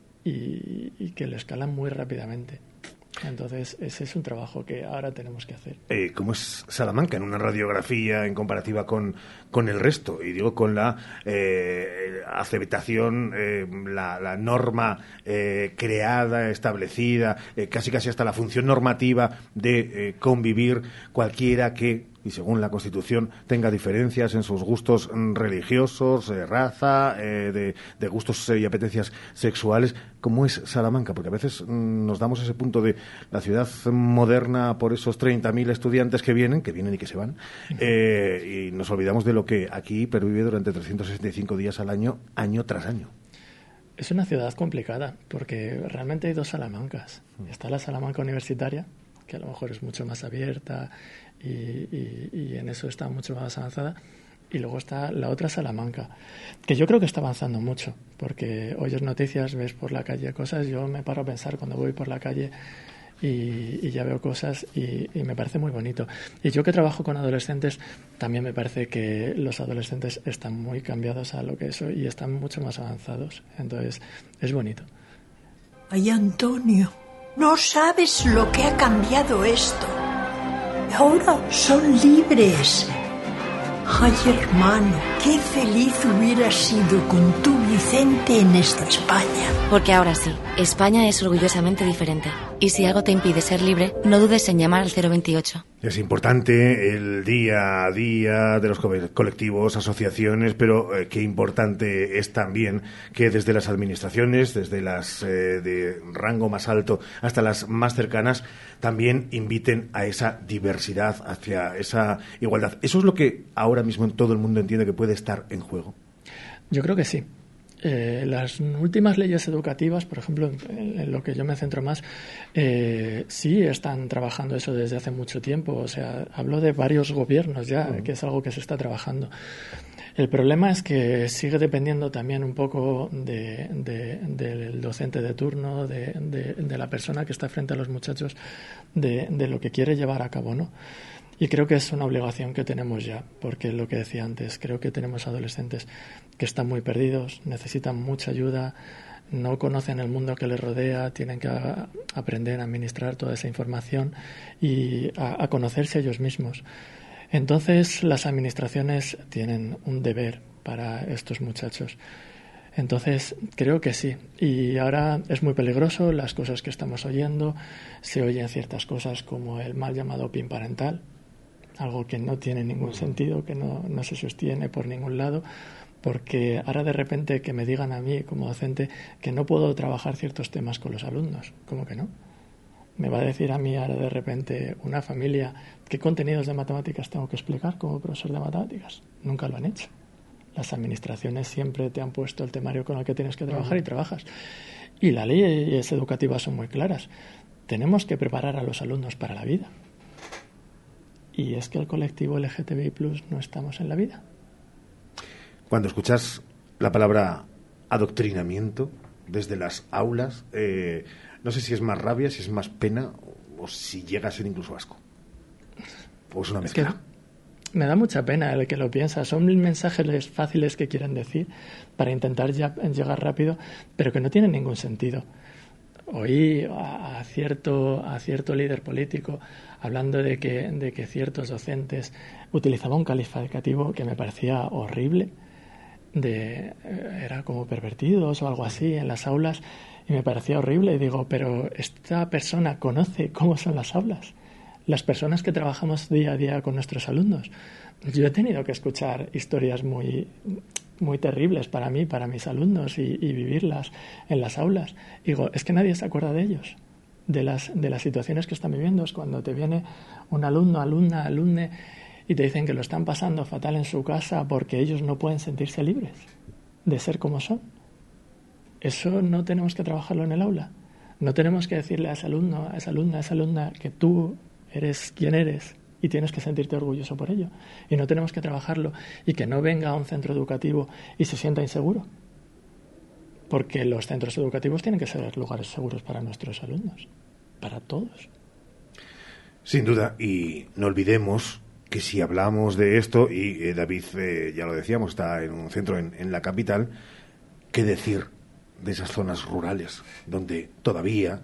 Speaker 6: y que les calan muy rápidamente. Entonces, ese es un trabajo que ahora tenemos que hacer.
Speaker 2: ¿Cómo es Salamanca en una radiografía en comparativa con el resto? Y digo, con la aceptación, la norma creada, establecida, casi hasta la función normativa de convivir cualquiera que, y según la Constitución, tenga diferencias en sus gustos religiosos, raza, de gustos y apetencias sexuales. ¿Cómo es Salamanca? Porque a veces nos damos ese punto de la ciudad moderna por esos 30.000 estudiantes que vienen y que se van, y nos olvidamos de lo que aquí pervive durante 365 días al año, año tras año.
Speaker 6: Es una ciudad complicada, porque realmente hay dos Salamancas. Está la Salamanca universitaria, que a lo mejor es mucho más abierta y en eso está mucho más avanzada, y luego está la otra Salamanca, que yo creo que está avanzando mucho, porque oyes noticias, ves por la calle cosas. Yo me paro a pensar cuando voy por la calle y ya veo cosas y me parece muy bonito. Y yo que trabajo con adolescentes, también me parece que los adolescentes están muy cambiados a lo que eso y están mucho más avanzados. Entonces, es bonito.
Speaker 10: Ay, Antonio, no sabes lo que ha cambiado esto. Ahora son libres. Ay, hermano, qué feliz hubiera sido con tu Vicente en esta España.
Speaker 22: Porque ahora sí, España es orgullosamente diferente. Y si algo te impide ser libre, no dudes en llamar al 028.
Speaker 2: Es importante el día a día de los colectivos, asociaciones, pero qué importante es también que desde las administraciones, desde las de rango más alto hasta las más cercanas, también inviten a esa diversidad, hacia esa igualdad. Eso es lo que ahora mismo en todo el mundo entiende que puede estar en juego.
Speaker 6: Yo creo que sí. Las últimas leyes educativas, por ejemplo, en lo que yo me centro más, sí están trabajando eso desde hace mucho tiempo. O sea, hablo de varios gobiernos ya, que es algo que se está trabajando. El problema es que sigue dependiendo también un poco del docente de turno, de la persona que está frente a los muchachos, de lo que quiere llevar a cabo, ¿no? Y creo que es una obligación que tenemos ya, porque lo que decía antes, creo que tenemos adolescentes que están muy perdidos, necesitan mucha ayuda, no conocen el mundo que les rodea, tienen que aprender a administrar toda esa información y a conocerse a ellos mismos. Entonces, las administraciones tienen un deber para estos muchachos. Entonces, creo que sí. Y ahora es muy peligroso las cosas que estamos oyendo. Se oyen ciertas cosas como el mal llamado PIN parental, algo que no tiene ningún sentido, que no se sostiene por ningún lado, porque ahora de repente que me digan a mí como docente que no puedo trabajar ciertos temas con los alumnos, ¿cómo que no? Me va a decir a mí ahora de repente una familia qué contenidos de matemáticas tengo que explicar como profesor de matemáticas. Nunca lo han hecho. Las administraciones siempre te han puesto el temario con el que tienes que trabajar y trabajas. Y las leyes educativas son muy claras. Tenemos que preparar a los alumnos para la vida. Y es que el colectivo LGTBI+ no estamos en la vida.
Speaker 2: Cuando escuchas la palabra adoctrinamiento desde las aulas, no sé si es más rabia, si es más pena o si llega a ser incluso asco. ¿O es una mezcla?
Speaker 6: Es que me da mucha pena el que lo piensa. Son mensajes fáciles que quieren decir para intentar llegar rápido, pero que no tienen ningún sentido. Oí a cierto líder político hablando de que ciertos docentes utilizaban un calificativo que me parecía horrible, era como pervertidos o algo así en las aulas, y me parecía horrible. Y digo, pero esta persona conoce cómo son las aulas, las personas que trabajamos día a día con nuestros alumnos. Yo he tenido que escuchar historias muy terribles para mí, para mis alumnos, y vivirlas en las aulas. Digo, es que nadie se acuerda de ellos, de las situaciones que están viviendo. Es cuando te viene un alumno, alumne, y te dicen que lo están pasando fatal en su casa porque ellos no pueden sentirse libres de ser como son. Eso no tenemos que trabajarlo en el aula. No tenemos que decirle a ese alumno, a esa alumna, a esa alumna que tú eres quien eres y tienes que sentirte orgulloso por ello. Y no tenemos que trabajarlo y que no venga a un centro educativo y se sienta inseguro. Porque los centros educativos tienen que ser lugares seguros para nuestros alumnos, para todos.
Speaker 2: Sin duda, y no olvidemos que si hablamos de esto, y David, ya lo decíamos, está en un centro en la capital, ¿qué decir de esas zonas rurales donde todavía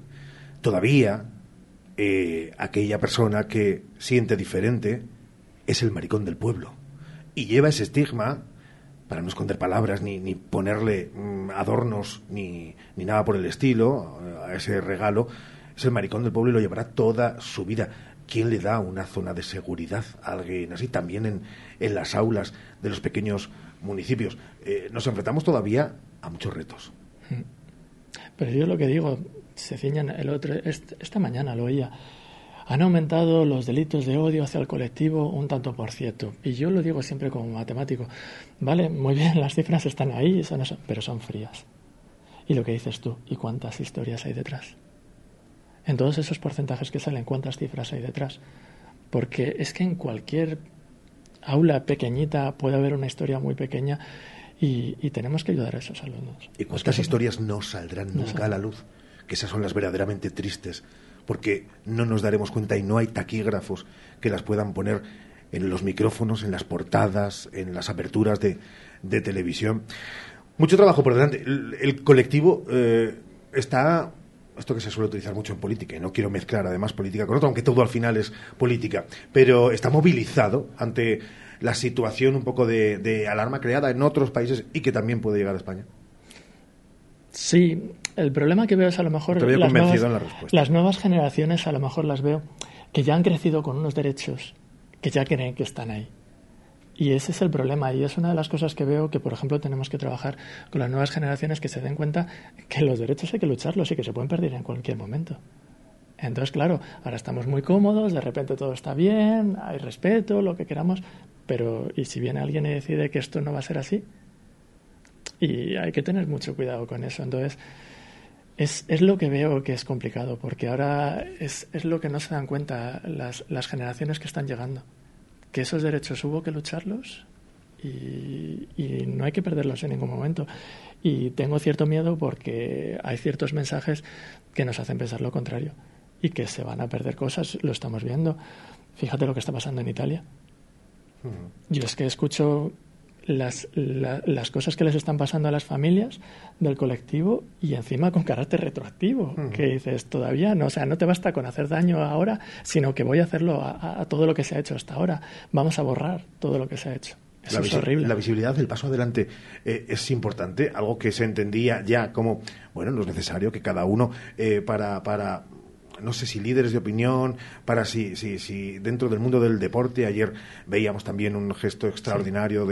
Speaker 2: aquella persona que siente diferente es el maricón del pueblo y lleva ese estigma, para no esconder palabras ni ponerle adornos ni nada por el estilo a ese regalo? Es el maricón del pueblo y lo llevará toda su vida. ¿Quién le da una zona de seguridad a alguien así? También en las aulas de los pequeños municipios. Nos enfrentamos todavía a muchos retos.
Speaker 6: Pero yo lo que digo, se ciñan esta mañana lo oía, han aumentado los delitos de odio hacia el colectivo un tanto por ciento. Y yo lo digo siempre como matemático. Vale, muy bien, las cifras están ahí, pero son frías. Y lo que dices tú, ¿y cuántas historias hay detrás? En todos esos porcentajes que salen, ¿cuántas cifras hay detrás? Porque es que en cualquier aula pequeñita puede haber una historia muy pequeña y tenemos que ayudar a esos alumnos.
Speaker 2: ¿Y cuántas historias no saldrán nunca a la luz? Que esas son las verdaderamente tristes, porque no nos daremos cuenta y no hay taquígrafos que las puedan poner en los micrófonos, en las portadas, en las aperturas de televisión. Mucho trabajo por delante. El colectivo está... Esto que se suele utilizar mucho en política, y no quiero mezclar además política con otro, aunque todo al final es política, pero está movilizado ante la situación un poco de alarma creada en otros países y que también puede llegar a España.
Speaker 6: Sí, el problema que veo es a lo mejor las nuevas generaciones, a lo mejor las veo que ya han crecido con unos derechos que ya creen que están ahí. Y ese es el problema, y es una de las cosas que veo que, por ejemplo, tenemos que trabajar con las nuevas generaciones, que se den cuenta que los derechos hay que lucharlos y que se pueden perder en cualquier momento. Entonces, claro, ahora estamos muy cómodos, de repente todo está bien, hay respeto, lo que queramos, pero ¿y si viene alguien y decide que esto no va a ser así? Y hay que tener mucho cuidado con eso. Entonces, es lo que veo que es complicado, porque ahora es lo que no se dan cuenta las generaciones que están llegando, que esos derechos hubo que lucharlos y no hay que perderlos en ningún momento. Y tengo cierto miedo porque hay ciertos mensajes que nos hacen pensar lo contrario y que se van a perder cosas, lo estamos viendo. Fíjate lo que está pasando en Italia. Yo es que escucho las cosas que les están pasando a las familias del colectivo y encima con carácter retroactivo, que dices, todavía no, o sea, no te basta con hacer daño ahora, sino que voy a hacerlo a todo lo que se ha hecho hasta ahora. Vamos a borrar todo lo que se ha hecho. Eso es horrible.
Speaker 2: La visibilidad, el paso adelante es importante, algo que se entendía ya como, bueno, no es necesario que cada uno para no sé si líderes de opinión, para si dentro del mundo del deporte. Ayer veíamos también un gesto extraordinario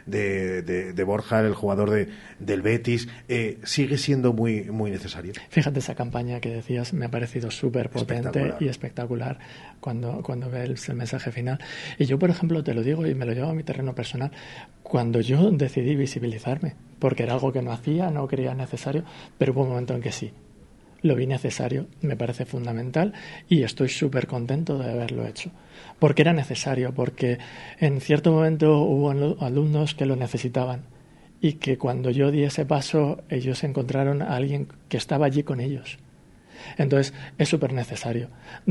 Speaker 2: de Borja, el jugador del Betis. Sigue siendo muy, muy necesario.
Speaker 6: Fíjate, esa campaña que decías me ha parecido súper potente y espectacular cuando ves el mensaje final. Y yo, por ejemplo, te lo digo y me lo llevo a mi terreno personal, cuando yo decidí visibilizarme, porque era algo que no hacía, no creía necesario, pero hubo un momento en que sí. Lo vi necesario, me parece fundamental y estoy súper contento de haberlo hecho. Porque era necesario, porque en cierto momento hubo alumnos que lo necesitaban y que cuando yo di ese paso ellos encontraron a alguien que estaba allí con ellos. Entonces es súper necesario.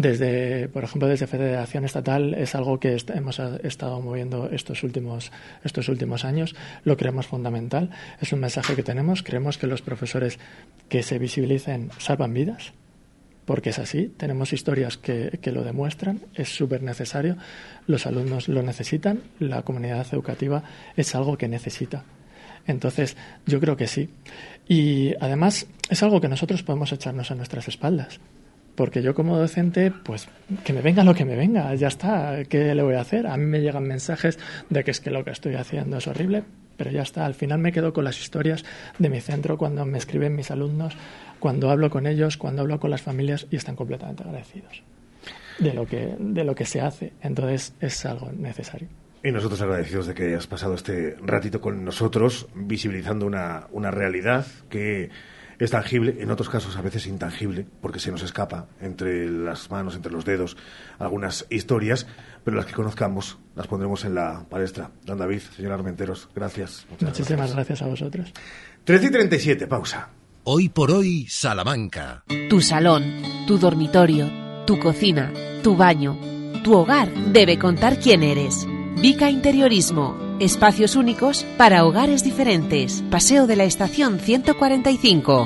Speaker 6: Por ejemplo, desde Federación Estatal es algo que hemos estado moviendo estos últimos años. Lo creemos fundamental. Es un mensaje que tenemos. Creemos que los profesores que se visibilicen salvan vidas, porque es así. Tenemos historias que lo demuestran. Es súper necesario. Los alumnos lo necesitan. La comunidad educativa es algo que necesita. Entonces, yo creo que sí. Y además es algo que nosotros podemos echarnos a nuestras espaldas. Porque yo como docente, pues que me venga lo que me venga, ya está. ¿Qué le voy a hacer? A mí me llegan mensajes de que es que lo que estoy haciendo es horrible, pero ya está. Al final me quedo con las historias de mi centro cuando me escriben mis alumnos, cuando hablo con ellos, cuando hablo con las familias y están completamente agradecidos de lo que se hace. Entonces es algo necesario.
Speaker 2: Y nosotros agradecidos de que hayas pasado este ratito con nosotros, visibilizando una realidad que es tangible, en otros casos a veces intangible, porque se nos escapa entre las manos, entre los dedos, algunas historias, pero las que conozcamos las pondremos en la palestra. Don David, señora Armenteros, gracias.
Speaker 6: Muchísimas gracias a vosotros.
Speaker 2: 13:37, pausa.
Speaker 1: Hoy por hoy, Salamanca.
Speaker 7: Tu salón, tu dormitorio, tu cocina, tu baño, tu hogar debe contar quién eres. Vica Interiorismo. Espacios únicos para hogares diferentes. Paseo de la Estación 145.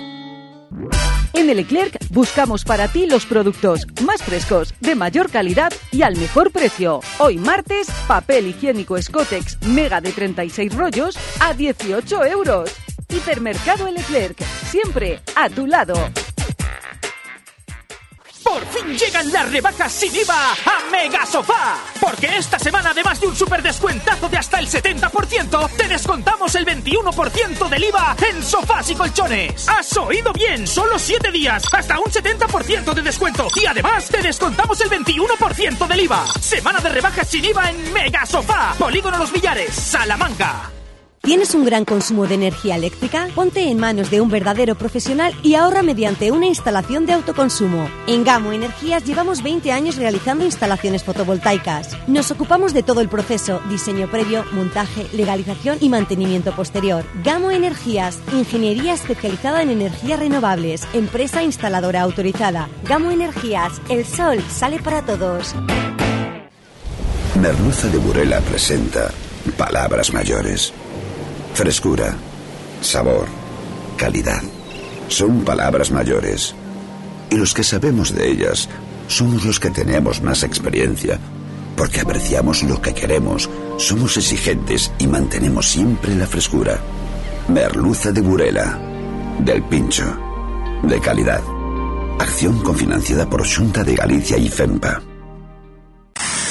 Speaker 8: En el Leclerc buscamos para ti los productos más frescos, de mayor calidad y al mejor precio. Hoy martes, papel higiénico Scotex Mega de 36 rollos a 18 euros. Hipermercado El Leclerc, siempre a tu lado.
Speaker 21: Por fin llegan las rebajas sin IVA a Mega Sofá. Porque esta semana, además de un super descuentazo de hasta el 70%, te descontamos el 21% del IVA en sofás y colchones. ¿Has oído bien? Solo 7 días, hasta un 70% de descuento. Y además te descontamos el 21% del IVA. Semana de rebajas sin IVA en Mega Sofá. Polígono Los Villares, Salamanca.
Speaker 9: ¿Tienes un gran consumo de energía eléctrica? Ponte en manos de un verdadero profesional y ahorra mediante una instalación de autoconsumo. En Gamo Energías llevamos 20 años realizando instalaciones fotovoltaicas. Nos ocupamos de todo el proceso, diseño previo, montaje, legalización y mantenimiento posterior. Gamo Energías, ingeniería especializada en energías renovables, empresa instaladora autorizada. Gamo Energías, el sol sale para todos.
Speaker 12: Merluza de Burela presenta Palabras Mayores. Frescura, sabor, calidad. Son palabras mayores. Y los que sabemos de ellas somos los que tenemos más experiencia, porque apreciamos lo que queremos, somos exigentes y mantenemos siempre la frescura. Merluza de Burela, del Pincho, de calidad. Acción cofinanciada por Xunta de Galicia y FEMPA.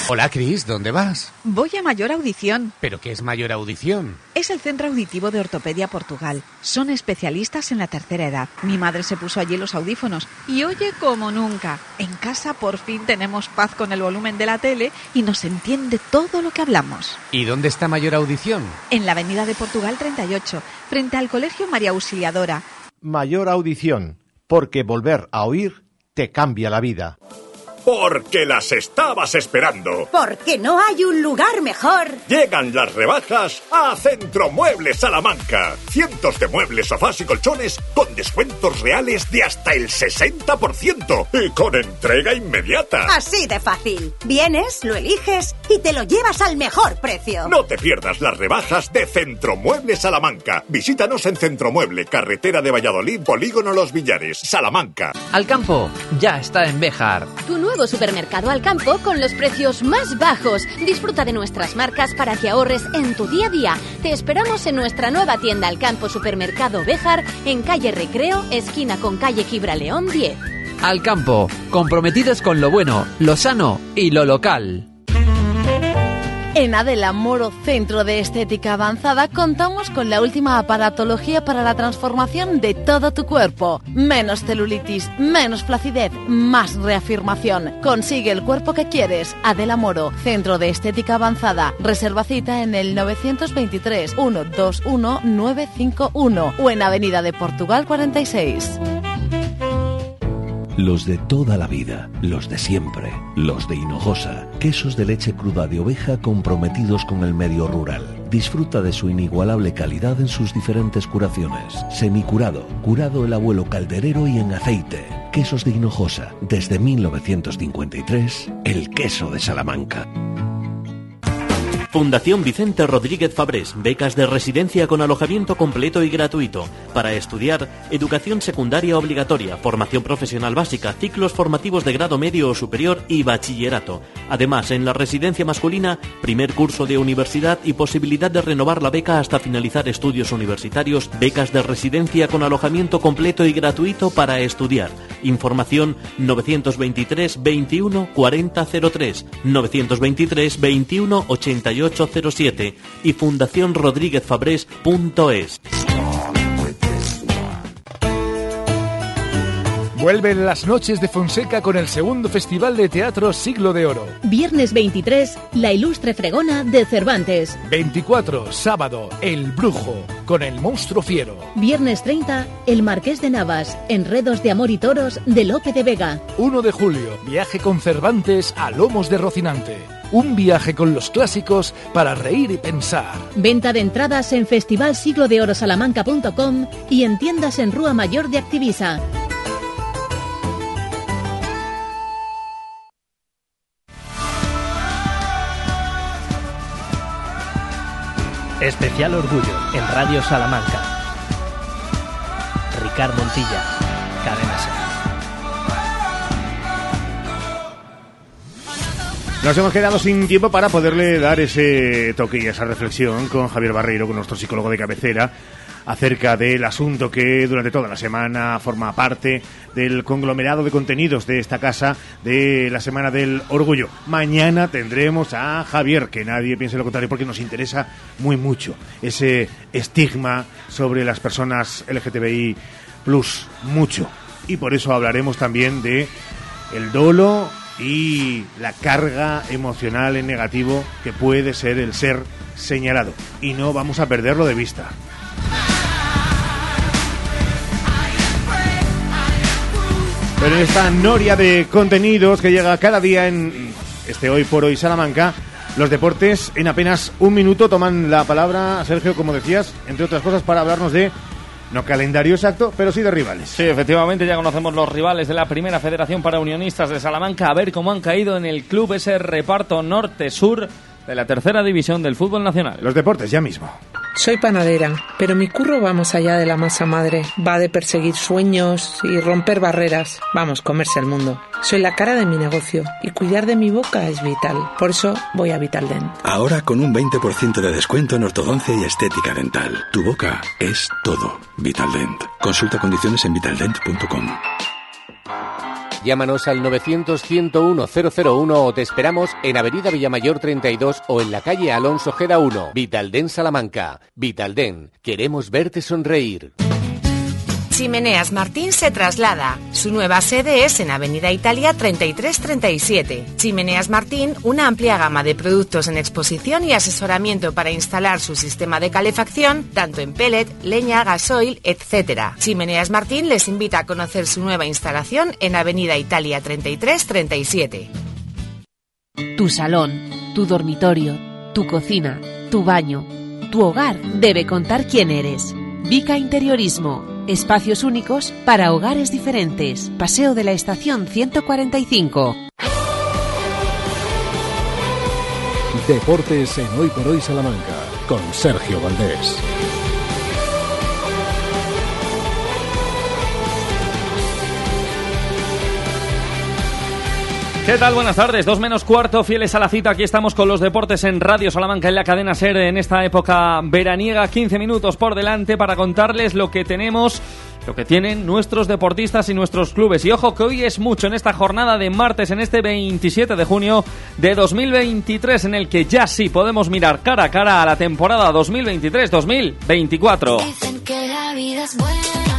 Speaker 1: Hola, Cris, ¿dónde vas?
Speaker 4: Voy a Mayor Audición.
Speaker 1: ¿Pero qué es Mayor Audición?
Speaker 4: Es el Centro Auditivo de Ortopedia Portugal. Son especialistas en la tercera edad. Mi madre se puso allí los audífonos y oye como nunca. En casa por fin tenemos paz con el volumen de la tele y nos entiende todo lo que hablamos.
Speaker 1: ¿Y dónde está Mayor Audición?
Speaker 4: En la Avenida de Portugal 38, frente al Colegio María Auxiliadora.
Speaker 2: Mayor Audición, porque volver a oír te cambia la vida.
Speaker 25: Porque las estabas esperando.
Speaker 26: Porque no hay un lugar mejor.
Speaker 25: Llegan las rebajas a Centromuebles Salamanca. Cientos de muebles, sofás y colchones con descuentos reales de hasta el 60% y con entrega inmediata.
Speaker 26: Así de fácil. Vienes, lo eliges y te lo llevas al mejor precio.
Speaker 25: No te pierdas las rebajas de Centromuebles Salamanca. Visítanos en Centromueble, carretera de Valladolid, Polígono Los Villares, Salamanca.
Speaker 11: Alcampo ya está en Béjar.
Speaker 23: Tu nuevo supermercado Alcampo con los precios más bajos. Disfruta de nuestras marcas para que ahorres en tu día a día. Te esperamos en nuestra nueva tienda Alcampo Supermercado Béjar, en calle Recreo, esquina con calle Gibraleón 10.
Speaker 11: Alcampo, comprometidos con lo bueno, lo sano y lo local.
Speaker 13: En Adela Moro Centro de Estética Avanzada contamos con la última aparatología para la transformación de todo tu cuerpo. Menos celulitis, menos flacidez, más reafirmación. Consigue el cuerpo que quieres. Adela Moro Centro de Estética Avanzada. Reserva cita en el 923 121 951 o en Avenida de Portugal 46.
Speaker 14: Los de toda la vida, los de siempre, los de Hinojosa, quesos de leche cruda de oveja comprometidos con el medio rural. Disfruta de su inigualable calidad en sus diferentes curaciones. Semicurado, curado el abuelo calderero y en aceite. Quesos de Hinojosa, desde 1953, el queso de Salamanca.
Speaker 15: Fundación Vicente Rodríguez Fabrés, becas de residencia con alojamiento completo y gratuito. Para estudiar, educación secundaria obligatoria, formación profesional básica, ciclos formativos de grado medio o superior y bachillerato. Además, en la residencia masculina, primer curso de universidad y posibilidad de renovar la beca hasta finalizar estudios universitarios, becas de residencia con alojamiento completo y gratuito para estudiar. Información 923 21 40 03, 923 21 88 0807 y fundacionrodríguezfabrés.es.
Speaker 21: Vuelven las noches de Fonseca con el segundo Festival de Teatro Siglo de Oro.
Speaker 16: Viernes 23, La Ilustre Fregona de Cervantes.
Speaker 21: 24, sábado, El Brujo, con El Monstruo Fiero.
Speaker 16: Viernes 30, El Marqués de Navas, Enredos de Amor y Toros de Lope de Vega.
Speaker 21: 1 de julio, viaje con Cervantes a Lomos de Rocinante. Un viaje con los clásicos para reír y pensar.
Speaker 16: Venta de entradas en festivalsiglodeorosalamanca.com y en tiendas en Rúa Mayor de Activisa.
Speaker 5: Especial Orgullo en Radio Salamanca. Ricard Montilla, Cadena Ser.
Speaker 2: Nos hemos quedado sin tiempo para poderle dar ese toque y esa reflexión con Javier Barreiro, con nuestro psicólogo de cabecera, acerca del asunto que durante toda la semana forma parte del conglomerado de contenidos de esta casa de la Semana del Orgullo. Mañana tendremos a Javier, que nadie piense lo contrario, porque nos interesa muy mucho ese estigma sobre las personas LGTBI+, mucho. Y por eso hablaremos también de el dolo y la carga emocional en negativo que puede ser el ser señalado. Y no vamos a perderlo de vista. Pero en esta noria de contenidos que llega cada día en este Hoy por Hoy Salamanca, los deportes en apenas un minuto toman la palabra, Sergio, como decías, entre otras cosas, para hablarnos de, no calendario exacto, pero sí de rivales.
Speaker 17: Sí, efectivamente, ya conocemos los rivales de la Primera Federación para Unionistas de Salamanca, a ver cómo han caído en el club ese reparto norte-sur de la tercera división del fútbol nacional.
Speaker 2: Los deportes ya mismo.
Speaker 18: Soy panadera, pero mi curro va más allá de la masa madre. Va de perseguir sueños y romper barreras. Vamos, comerse el mundo. Soy la cara de mi negocio y cuidar de mi boca es vital. Por eso voy a Vitaldent.
Speaker 19: Ahora con un 20% de descuento en ortodoncia y estética dental. Tu boca es todo. Vitaldent. Consulta condiciones en vitaldent.com.
Speaker 3: Llámanos al 900-101-001 o te esperamos en Avenida Villamayor 32 o en la calle Alonso Ojeda 1. Vitalden Salamanca. Vitalden. Queremos verte sonreír.
Speaker 6: Chimeneas Martín se traslada. Su nueva sede es en Avenida Italia 3337. Chimeneas Martín, una amplia gama de productos en exposición y asesoramiento para instalar su sistema de calefacción, tanto en pellet, leña, gasoil, etc. Chimeneas Martín les invita a conocer su nueva instalación en Avenida Italia 3337.
Speaker 7: Tu salón, tu dormitorio, tu cocina, tu baño, tu hogar debe contar quién eres. Vica Interiorismo. Espacios únicos para hogares diferentes. Paseo de la Estación 145.
Speaker 14: Deportes en Hoy por Hoy Salamanca, con Sergio Valdés.
Speaker 17: ¿Qué tal? Buenas tardes, 2 menos cuarto, fieles a la cita. Aquí estamos con los deportes en Radio Salamanca, en la cadena SER, en esta época veraniega. 15 minutos por delante para contarles lo que tenemos, lo que tienen nuestros deportistas y nuestros clubes. Y ojo que hoy es mucho en esta jornada de martes, en este 27 de junio de 2023, en el que ya sí podemos mirar cara a cara a la temporada 2023-2024.
Speaker 10: Dicen que la vida es buena.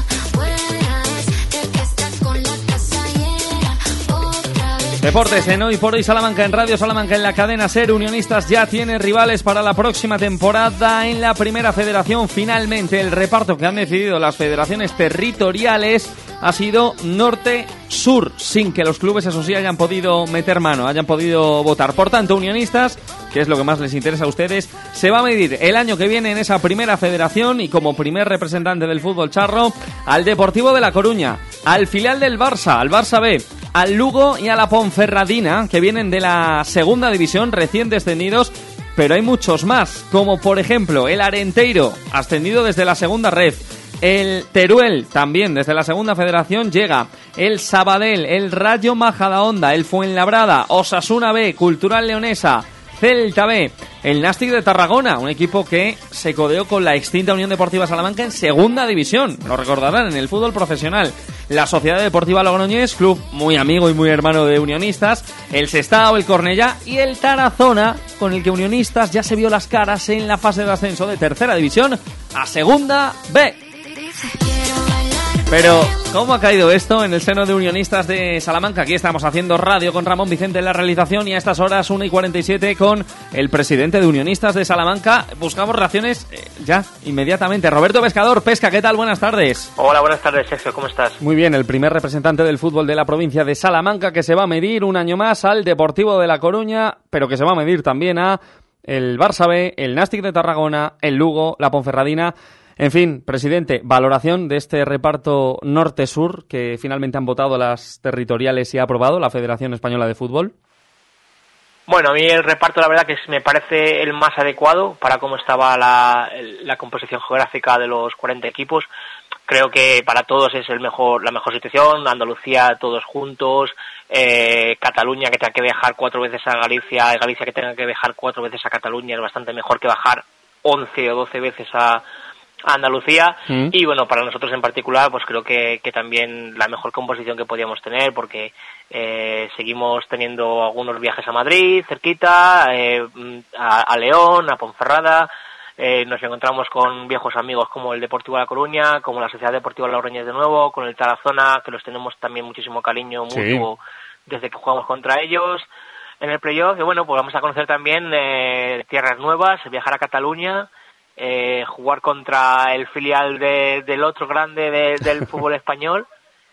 Speaker 17: Deportes en Hoy por Hoy Salamanca, en Radio Salamanca, en la cadena SER. Unionistas ya tiene rivales para la próxima temporada en la Primera Federación. Finalmente, el reparto que han decidido las federaciones territoriales ha sido norte-sur, sin que los clubes, eso sí, hayan podido meter mano, hayan podido votar. Por tanto, Unionistas, que es lo que más les interesa a ustedes, se va a medir el año que viene en esa Primera Federación y como primer representante del fútbol charro al Deportivo de La Coruña, al filial del Barça, al Barça B, al Lugo y a la Ponferradina, que vienen de la segunda división, recién descendidos, pero hay muchos más, como por ejemplo el Arenteiro, ascendido desde la segunda ref, el Teruel, también desde la segunda federación llega, el Sabadell, el Rayo Majadahonda, el Fuenlabrada, Osasuna B, Cultural Leonesa, Celta B, el Nàstic de Tarragona, un equipo que se codeó con la extinta Unión Deportiva Salamanca en segunda división, lo recordarán, en el fútbol profesional. La Sociedad Deportiva Logroñés, club muy amigo y muy hermano de Unionistas, el Sestao, el Cornellá y el Tarazona, con el que Unionistas ya se vio las caras en la fase de ascenso de tercera división a segunda B. Pero, ¿cómo ha caído esto en el seno de Unionistas de Salamanca? Aquí estamos haciendo radio con Ramón Vicente en la realización y a estas horas 1:47 con el presidente de Unionistas de Salamanca. Buscamos reacciones ya, inmediatamente. Roberto Pescador, Pesca, ¿qué tal? Buenas tardes.
Speaker 20: Hola, buenas tardes, Sergio, ¿cómo estás?
Speaker 17: Muy bien, el primer representante del fútbol de la provincia de Salamanca que se va a medir un año más al Deportivo de La Coruña, pero que se va a medir también a el Barça B, el Nàstic de Tarragona, el Lugo, la Ponferradina. En fin, presidente, valoración de este reparto norte-sur que finalmente han votado las territoriales y ha aprobado la Federación Española de Fútbol.
Speaker 20: Bueno, a mí el reparto la verdad que me parece el más adecuado para cómo estaba la composición geográfica de los 40 equipos. Creo que para todos es la mejor situación. Andalucía todos juntos, Cataluña que tenga que viajar 4 veces a Galicia, y Galicia que tenga que viajar 4 veces a Cataluña, es bastante mejor que bajar 11 o 12 veces a Andalucía. Y bueno, para nosotros en particular pues creo que también la mejor composición que podíamos tener, porque seguimos teniendo algunos viajes a Madrid cerquita, a León, a Ponferrada, nos encontramos con viejos amigos como el Deportivo de La Coruña, como la Sociedad Deportiva Logroñés de nuevo, con el Tarazona, que los tenemos también muchísimo cariño mutuo desde que jugamos contra ellos en el playoff. Y bueno, pues vamos a conocer también tierras nuevas, viajar a Cataluña, jugar contra el filial del otro grande del fútbol español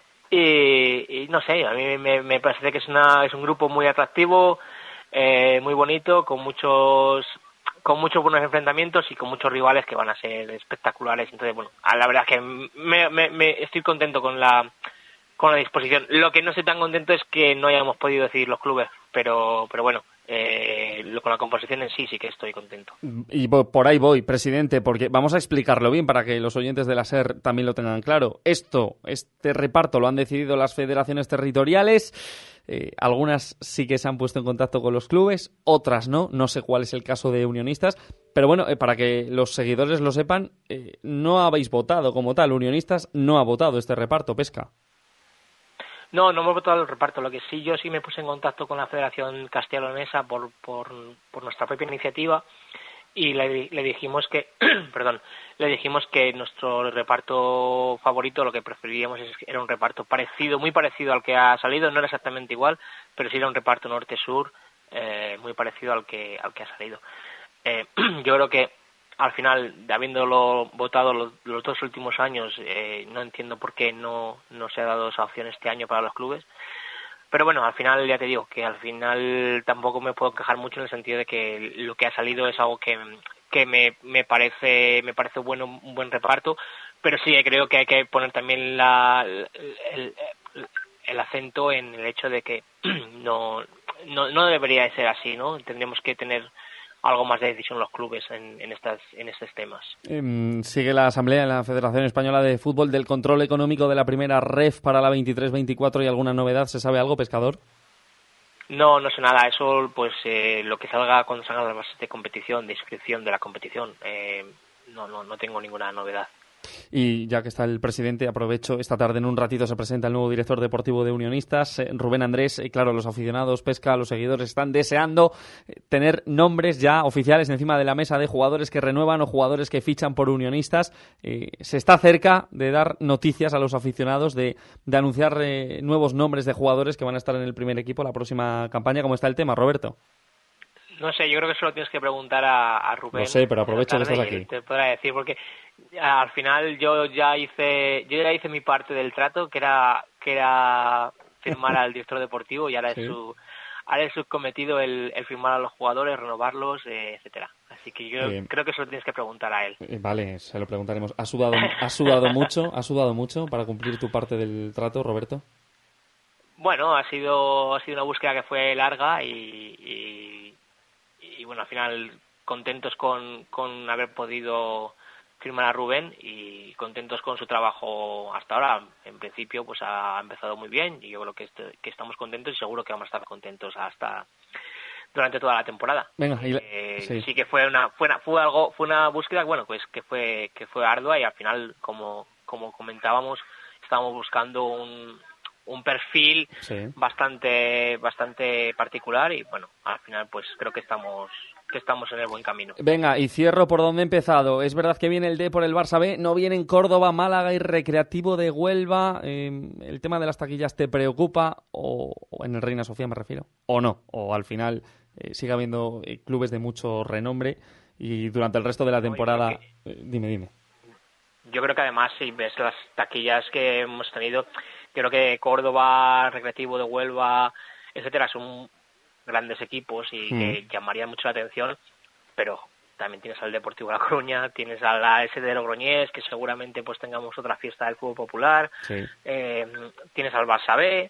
Speaker 20: y no sé, a mí me parece que es un grupo muy atractivo, muy bonito, con muchos buenos enfrentamientos y con muchos rivales que van a ser espectaculares. Entonces, bueno, la verdad es que me estoy contento con la disposición. Lo que no estoy tan contento es que no hayamos podido decidir los clubes, pero bueno, con la composición en sí que estoy contento.
Speaker 17: Y por ahí voy, presidente, porque vamos a explicarlo bien para que los oyentes de la SER también lo tengan claro. Este reparto lo han decidido las federaciones territoriales. Algunas sí que se han puesto en contacto con los clubes, otras no sé cuál es el caso de Unionistas, pero bueno, para que los seguidores lo sepan, no habéis votado como tal, Unionistas no ha votado este reparto, Pesca.
Speaker 20: No me he votado el reparto. Lo que sí, yo sí me puse en contacto con la Federación Castilla-Leonesa por nuestra propia iniciativa y le dijimos que le dijimos que nuestro reparto favorito, lo que preferiríamos era un reparto muy parecido al que ha salido. No era exactamente igual, pero sí era un reparto norte-sur muy parecido al que ha salido. Yo creo que al final, habiéndolo votado los 2 últimos años, no entiendo por qué no se ha dado esa opción este año para los clubes. Pero bueno, al final ya te digo que al final tampoco me puedo quejar mucho en el sentido de que lo que ha salido es algo que me parece bueno, un buen reparto, pero sí creo que hay que poner también el acento en el hecho de que no debería de ser así, ¿no? Tendríamos que tener algo más de decisión los clubes en estos temas.
Speaker 17: Sigue la asamblea en la Federación Española de Fútbol del control económico de la primera ref para la 23-24. ¿Y alguna novedad? ¿Se sabe algo, Pescador?
Speaker 20: No sé nada. Eso, pues, lo que salga cuando salgan las bases de competición, de inscripción de la competición. No tengo ninguna novedad.
Speaker 17: Y ya que está el presidente, aprovecho, esta tarde en un ratito se presenta el nuevo director deportivo de Unionistas, Rubén Andrés. Claro, los aficionados, Pesca, los seguidores están deseando tener nombres ya oficiales encima de la mesa de jugadores que renuevan o jugadores que fichan por Unionistas. Se está cerca de dar noticias a los aficionados, de anunciar nuevos nombres de jugadores que van a estar en el primer equipo la próxima campaña. ¿Cómo está el tema, Roberto?
Speaker 20: No sé, yo creo que sero tienes que preguntar a Rubén.
Speaker 17: No sé, pero aprovecho que estás aquí.
Speaker 20: Te podrá decir, porque al final yo ya hice mi parte del trato, que era firmar al director deportivo, y ahora es su cometido el firmar a los jugadores, renovarlos, etcétera. Así que yo creo que eso lo tienes que preguntar a él.
Speaker 17: Vale, se lo preguntaremos. ¿Has sudado mucho para cumplir tu parte del trato, Roberto?
Speaker 20: Bueno, ha sido una búsqueda que fue larga y bueno, al final contentos con haber podido firmar a Rubén y contentos con su trabajo hasta ahora. En principio, pues ha empezado muy bien y yo creo que estamos contentos y seguro que vamos a estar contentos durante toda la temporada.
Speaker 17: Venga,
Speaker 20: sí que fue una búsqueda, bueno, pues que fue ardua y al final, como comentábamos, estábamos buscando un perfil bastante particular y bueno, al final pues creo que estamos en el buen camino.
Speaker 17: Venga, y cierro por donde he empezado. Es verdad que viene el D por el Barça B, no viene en Córdoba, Málaga y Recreativo de Huelva. ¿El tema de las taquillas te preocupa? O en el Reina Sofía me refiero. ¿O no? ¿O al final sigue habiendo clubes de mucho renombre y durante el resto de la temporada... Dime.
Speaker 20: Yo creo que además, si ves las taquillas que hemos tenido, creo que Córdoba, Recreativo de Huelva, etcétera, son grandes equipos y que llamarían mucho la atención, pero también tienes al Deportivo La Coruña, tienes a la SD de Logroñés, que seguramente pues tengamos otra fiesta del fútbol popular, tienes al Barça B,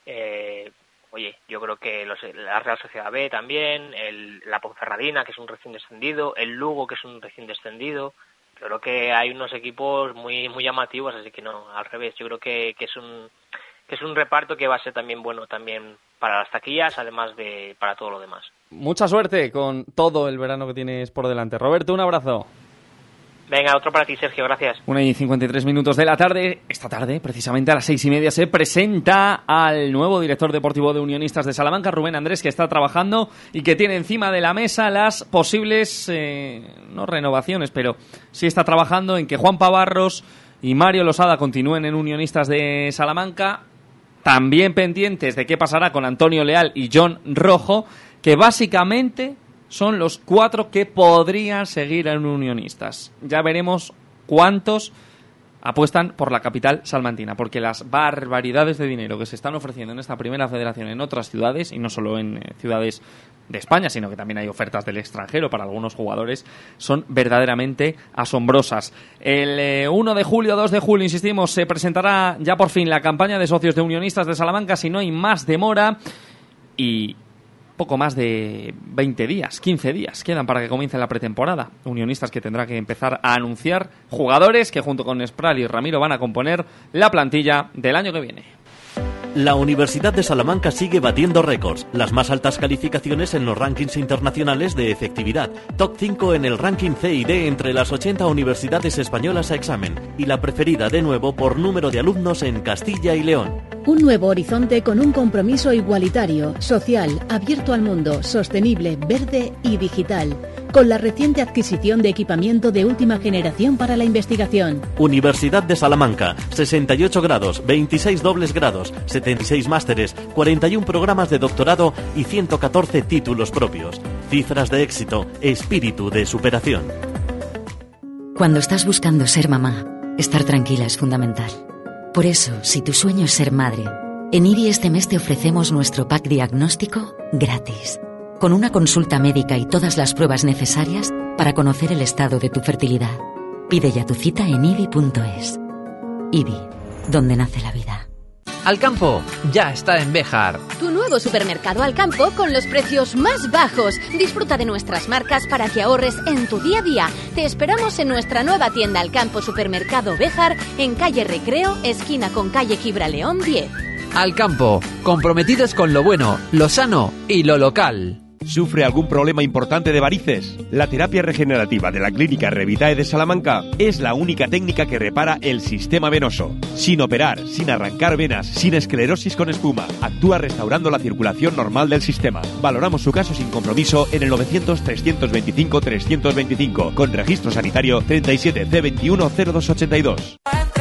Speaker 20: yo creo que la Real Sociedad B también, la Ponferradina, que es un recién descendido, el Lugo, que es un recién descendido. Creo que hay unos equipos muy muy llamativos, así que no, al revés. Yo creo que es un reparto que va a ser también bueno también para las taquillas, además de para todo lo demás.
Speaker 17: Mucha suerte con todo el verano que tienes por delante. Roberto, un abrazo.
Speaker 20: Venga, otro para ti, Sergio, gracias.
Speaker 17: 1:53 de la tarde. Esta tarde, precisamente a las 6:30, se presenta al nuevo director deportivo de Unionistas de Salamanca, Rubén Andrés, que está trabajando y que tiene encima de la mesa las posibles, no renovaciones, pero sí está trabajando en que Juan Pavarros y Mario Losada continúen en Unionistas de Salamanca. También pendientes de qué pasará con Antonio Leal y John Rojo, que básicamente son los 4 que podrían seguir en Unionistas. Ya veremos cuántos apuestan por la capital salmantina, porque las barbaridades de dinero que se están ofreciendo en esta primera federación en otras ciudades, y no solo en ciudades de España, sino que también hay ofertas del extranjero para algunos jugadores, son verdaderamente asombrosas. El 1 de julio, 2 de julio, insistimos, se presentará ya por fin la campaña de socios de Unionistas de Salamanca, si no hay más demora, y poco más de 20 días, 15 días quedan para que comience la pretemporada. Unionistas que tendrá que empezar a anunciar jugadores que junto con Spral y Ramiro van a componer la plantilla del año que viene.
Speaker 15: La Universidad de Salamanca sigue batiendo récords, las más altas calificaciones en los rankings internacionales de efectividad, top 5 en el ranking C y D entre las 80 universidades españolas a examen, y la preferida de nuevo por número de alumnos en Castilla y León.
Speaker 16: Un nuevo horizonte con un compromiso igualitario, social, abierto al mundo, sostenible, verde y digital, con la reciente adquisición de equipamiento de última generación para la investigación.
Speaker 15: Universidad de Salamanca, 68 grados, 26 dobles grados, 76 másteres, 41 programas de doctorado y 114 títulos propios. Cifras de éxito, espíritu de superación.
Speaker 1: Cuando estás buscando ser mamá, estar tranquila es fundamental. Por eso, si tu sueño es ser madre, en IBI este mes te ofrecemos nuestro pack diagnóstico gratis, con una consulta médica y todas las pruebas necesarias para conocer el estado de tu fertilidad. Pide ya tu cita en ibi.es. IBI, donde nace la vida.
Speaker 11: Alcampo ya está en Béjar.
Speaker 23: Tu nuevo supermercado Alcampo con los precios más bajos. Disfruta de nuestras marcas para que ahorres en tu día a día. Te esperamos en nuestra nueva tienda Alcampo Supermercado Béjar, en calle Recreo, esquina con calle Gibraleón 10.
Speaker 11: Alcampo, comprometidos con lo bueno, lo sano y lo local.
Speaker 8: ¿Sufre algún problema importante de varices? La terapia regenerativa de la Clínica Revitae de Salamanca es la única técnica que repara el sistema venoso. Sin operar, sin arrancar venas, sin esclerosis con espuma. Actúa restaurando la circulación normal del sistema. Valoramos su caso sin compromiso en el 900-325-325 con registro sanitario 37 C21 0282.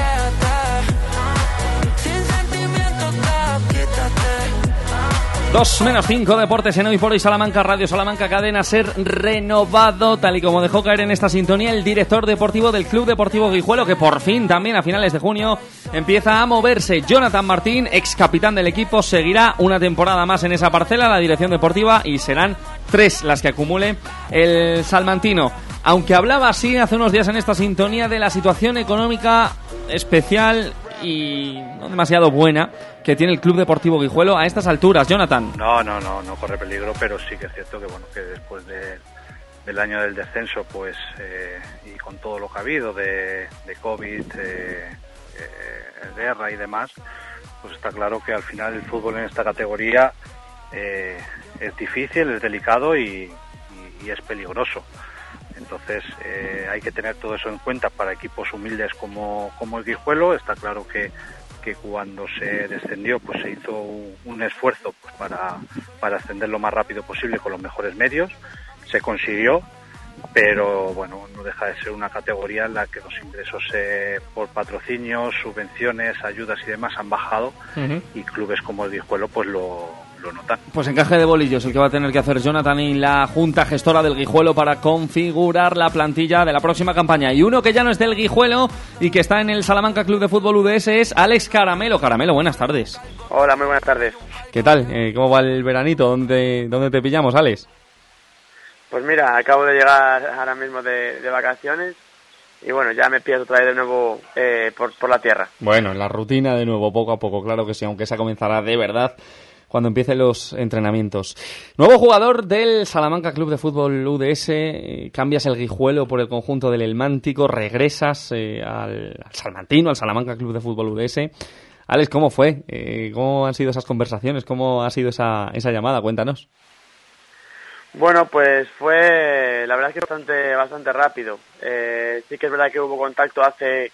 Speaker 17: 2:05 Deportes en Hoy por Hoy Salamanca, Radio Salamanca, cadena SER renovado, tal y como dejó caer en esta sintonía el director deportivo del Club Deportivo Guijuelo, que por fin también a finales de junio empieza a moverse. Jonathan Martín, ex capitán del equipo, seguirá una temporada más en esa parcela, la dirección deportiva, y serán 3 las que acumule el salmantino. Aunque hablaba así hace unos días en esta sintonía de la situación económica especial y no demasiado buena que tiene el Club Deportivo Guijuelo a estas alturas, Jonathan.
Speaker 9: No corre peligro, pero sí que es cierto que que después del año del descenso, pues y con todo lo que ha habido de COVID, guerra y demás, pues está claro que al final el fútbol en esta categoría es difícil, es delicado y es peligroso. Entonces hay que tener todo eso en cuenta para equipos humildes como el Guijuelo. Está claro que cuando se descendió, pues se hizo un esfuerzo pues, para ascender lo más rápido posible con los mejores medios. Se consiguió, pero bueno, no deja de ser una categoría en la que los ingresos por patrocinios, subvenciones, ayudas y demás han bajado, y clubes como el Guijuelo pues lo notan.
Speaker 17: Pues encaje de bolillos el que va a tener que hacer Jonathan y la Junta Gestora del Guijuelo para configurar la plantilla de la próxima campaña. Y uno que ya no es del Guijuelo y que está en el Salamanca Club de Fútbol UDS es Alex Caramelo. Caramelo, buenas tardes.
Speaker 12: Hola, muy buenas tardes.
Speaker 17: ¿Qué tal? ¿Cómo va el veranito? ¿Dónde te pillamos, Alex?
Speaker 12: Pues mira, acabo de llegar ahora mismo de vacaciones y bueno, ya me pillas otra vez de nuevo por la tierra.
Speaker 17: Bueno, la rutina de nuevo, poco a poco, claro que sí, aunque esa comenzará de verdad cuando empiecen los entrenamientos. Nuevo jugador del Salamanca Club de Fútbol UDS, cambias el Guijuelo por el conjunto del Elmántico, regresas al Salmantino, al Salamanca Club de Fútbol UDS. Alex, ¿cómo fue? ¿Cómo han sido esas conversaciones? ¿Cómo ha sido esa llamada? Cuéntanos.
Speaker 12: Bueno, pues fue, la verdad es que bastante rápido. Sí que es verdad que hubo contacto hace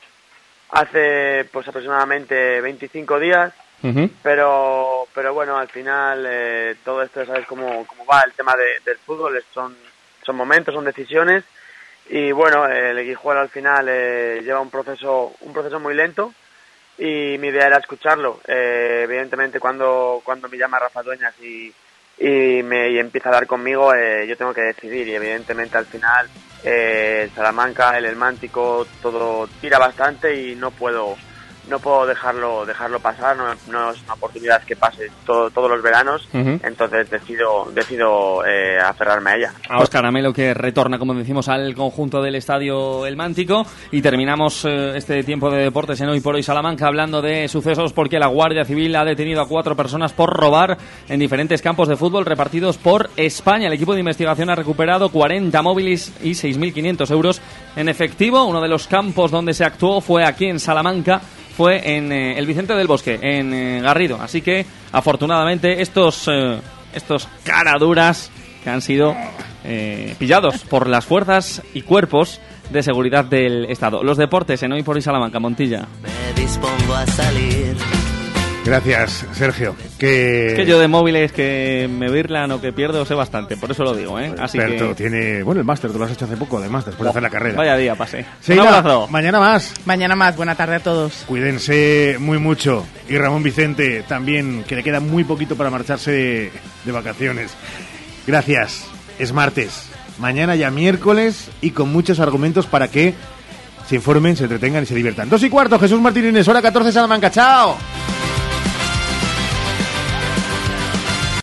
Speaker 12: pues aproximadamente 25 días. Pero bueno, al final todo esto, sabes cómo va el tema del fútbol, son momentos, son decisiones, y bueno, el Guijuelo al final lleva un proceso muy lento y mi idea era escucharlo. Evidentemente cuando me llama Rafa Dueñas y empieza a hablar conmigo, yo tengo que decidir, y evidentemente al final el Salamanca, el Elmántico, todo tira bastante y no puedo dejarlo pasar. No es una oportunidad que pase todos los veranos. Entonces decido aferrarme a ella.
Speaker 17: A Óscar Caramelo, que retorna, como decimos, al conjunto del Estadio Elmántico, y terminamos este tiempo de deportes en Hoy por Hoy Salamanca hablando de sucesos, porque la Guardia Civil ha detenido a 4 personas por robar en diferentes campos de fútbol repartidos por España. El equipo de investigación ha recuperado 40 móviles y 6.500 euros en efectivo. Uno de los campos donde se actuó fue aquí en Salamanca, fue en el Vicente del Bosque, en Garrido. Así que, afortunadamente, estos caraduras que han sido pillados por las fuerzas y cuerpos de seguridad del Estado. Los deportes en Hoy por Hoy Salamanca, Montilla.
Speaker 4: Me dispongo a salir.
Speaker 2: Gracias, Sergio.
Speaker 17: Es que yo de móviles que me virlan o que pierdo sé bastante, por eso lo digo, ¿eh? Así
Speaker 2: experto,
Speaker 17: que...
Speaker 2: tiene... Bueno, el máster, tú lo has hecho hace poco, además, después de hacer la carrera.
Speaker 17: Vaya día pasé.
Speaker 2: Sí,
Speaker 17: un abrazo.
Speaker 2: Mañana más.
Speaker 13: Mañana más, buena tarde a todos.
Speaker 2: Cuídense muy mucho. Y Ramón Vicente también, que le queda muy poquito para marcharse de vacaciones. Gracias. Es martes. Mañana ya miércoles y con muchos argumentos para que se informen, se entretengan y se diviertan. 2:15, Jesús Martínez, hora 14, Salamanca. ¡Chao!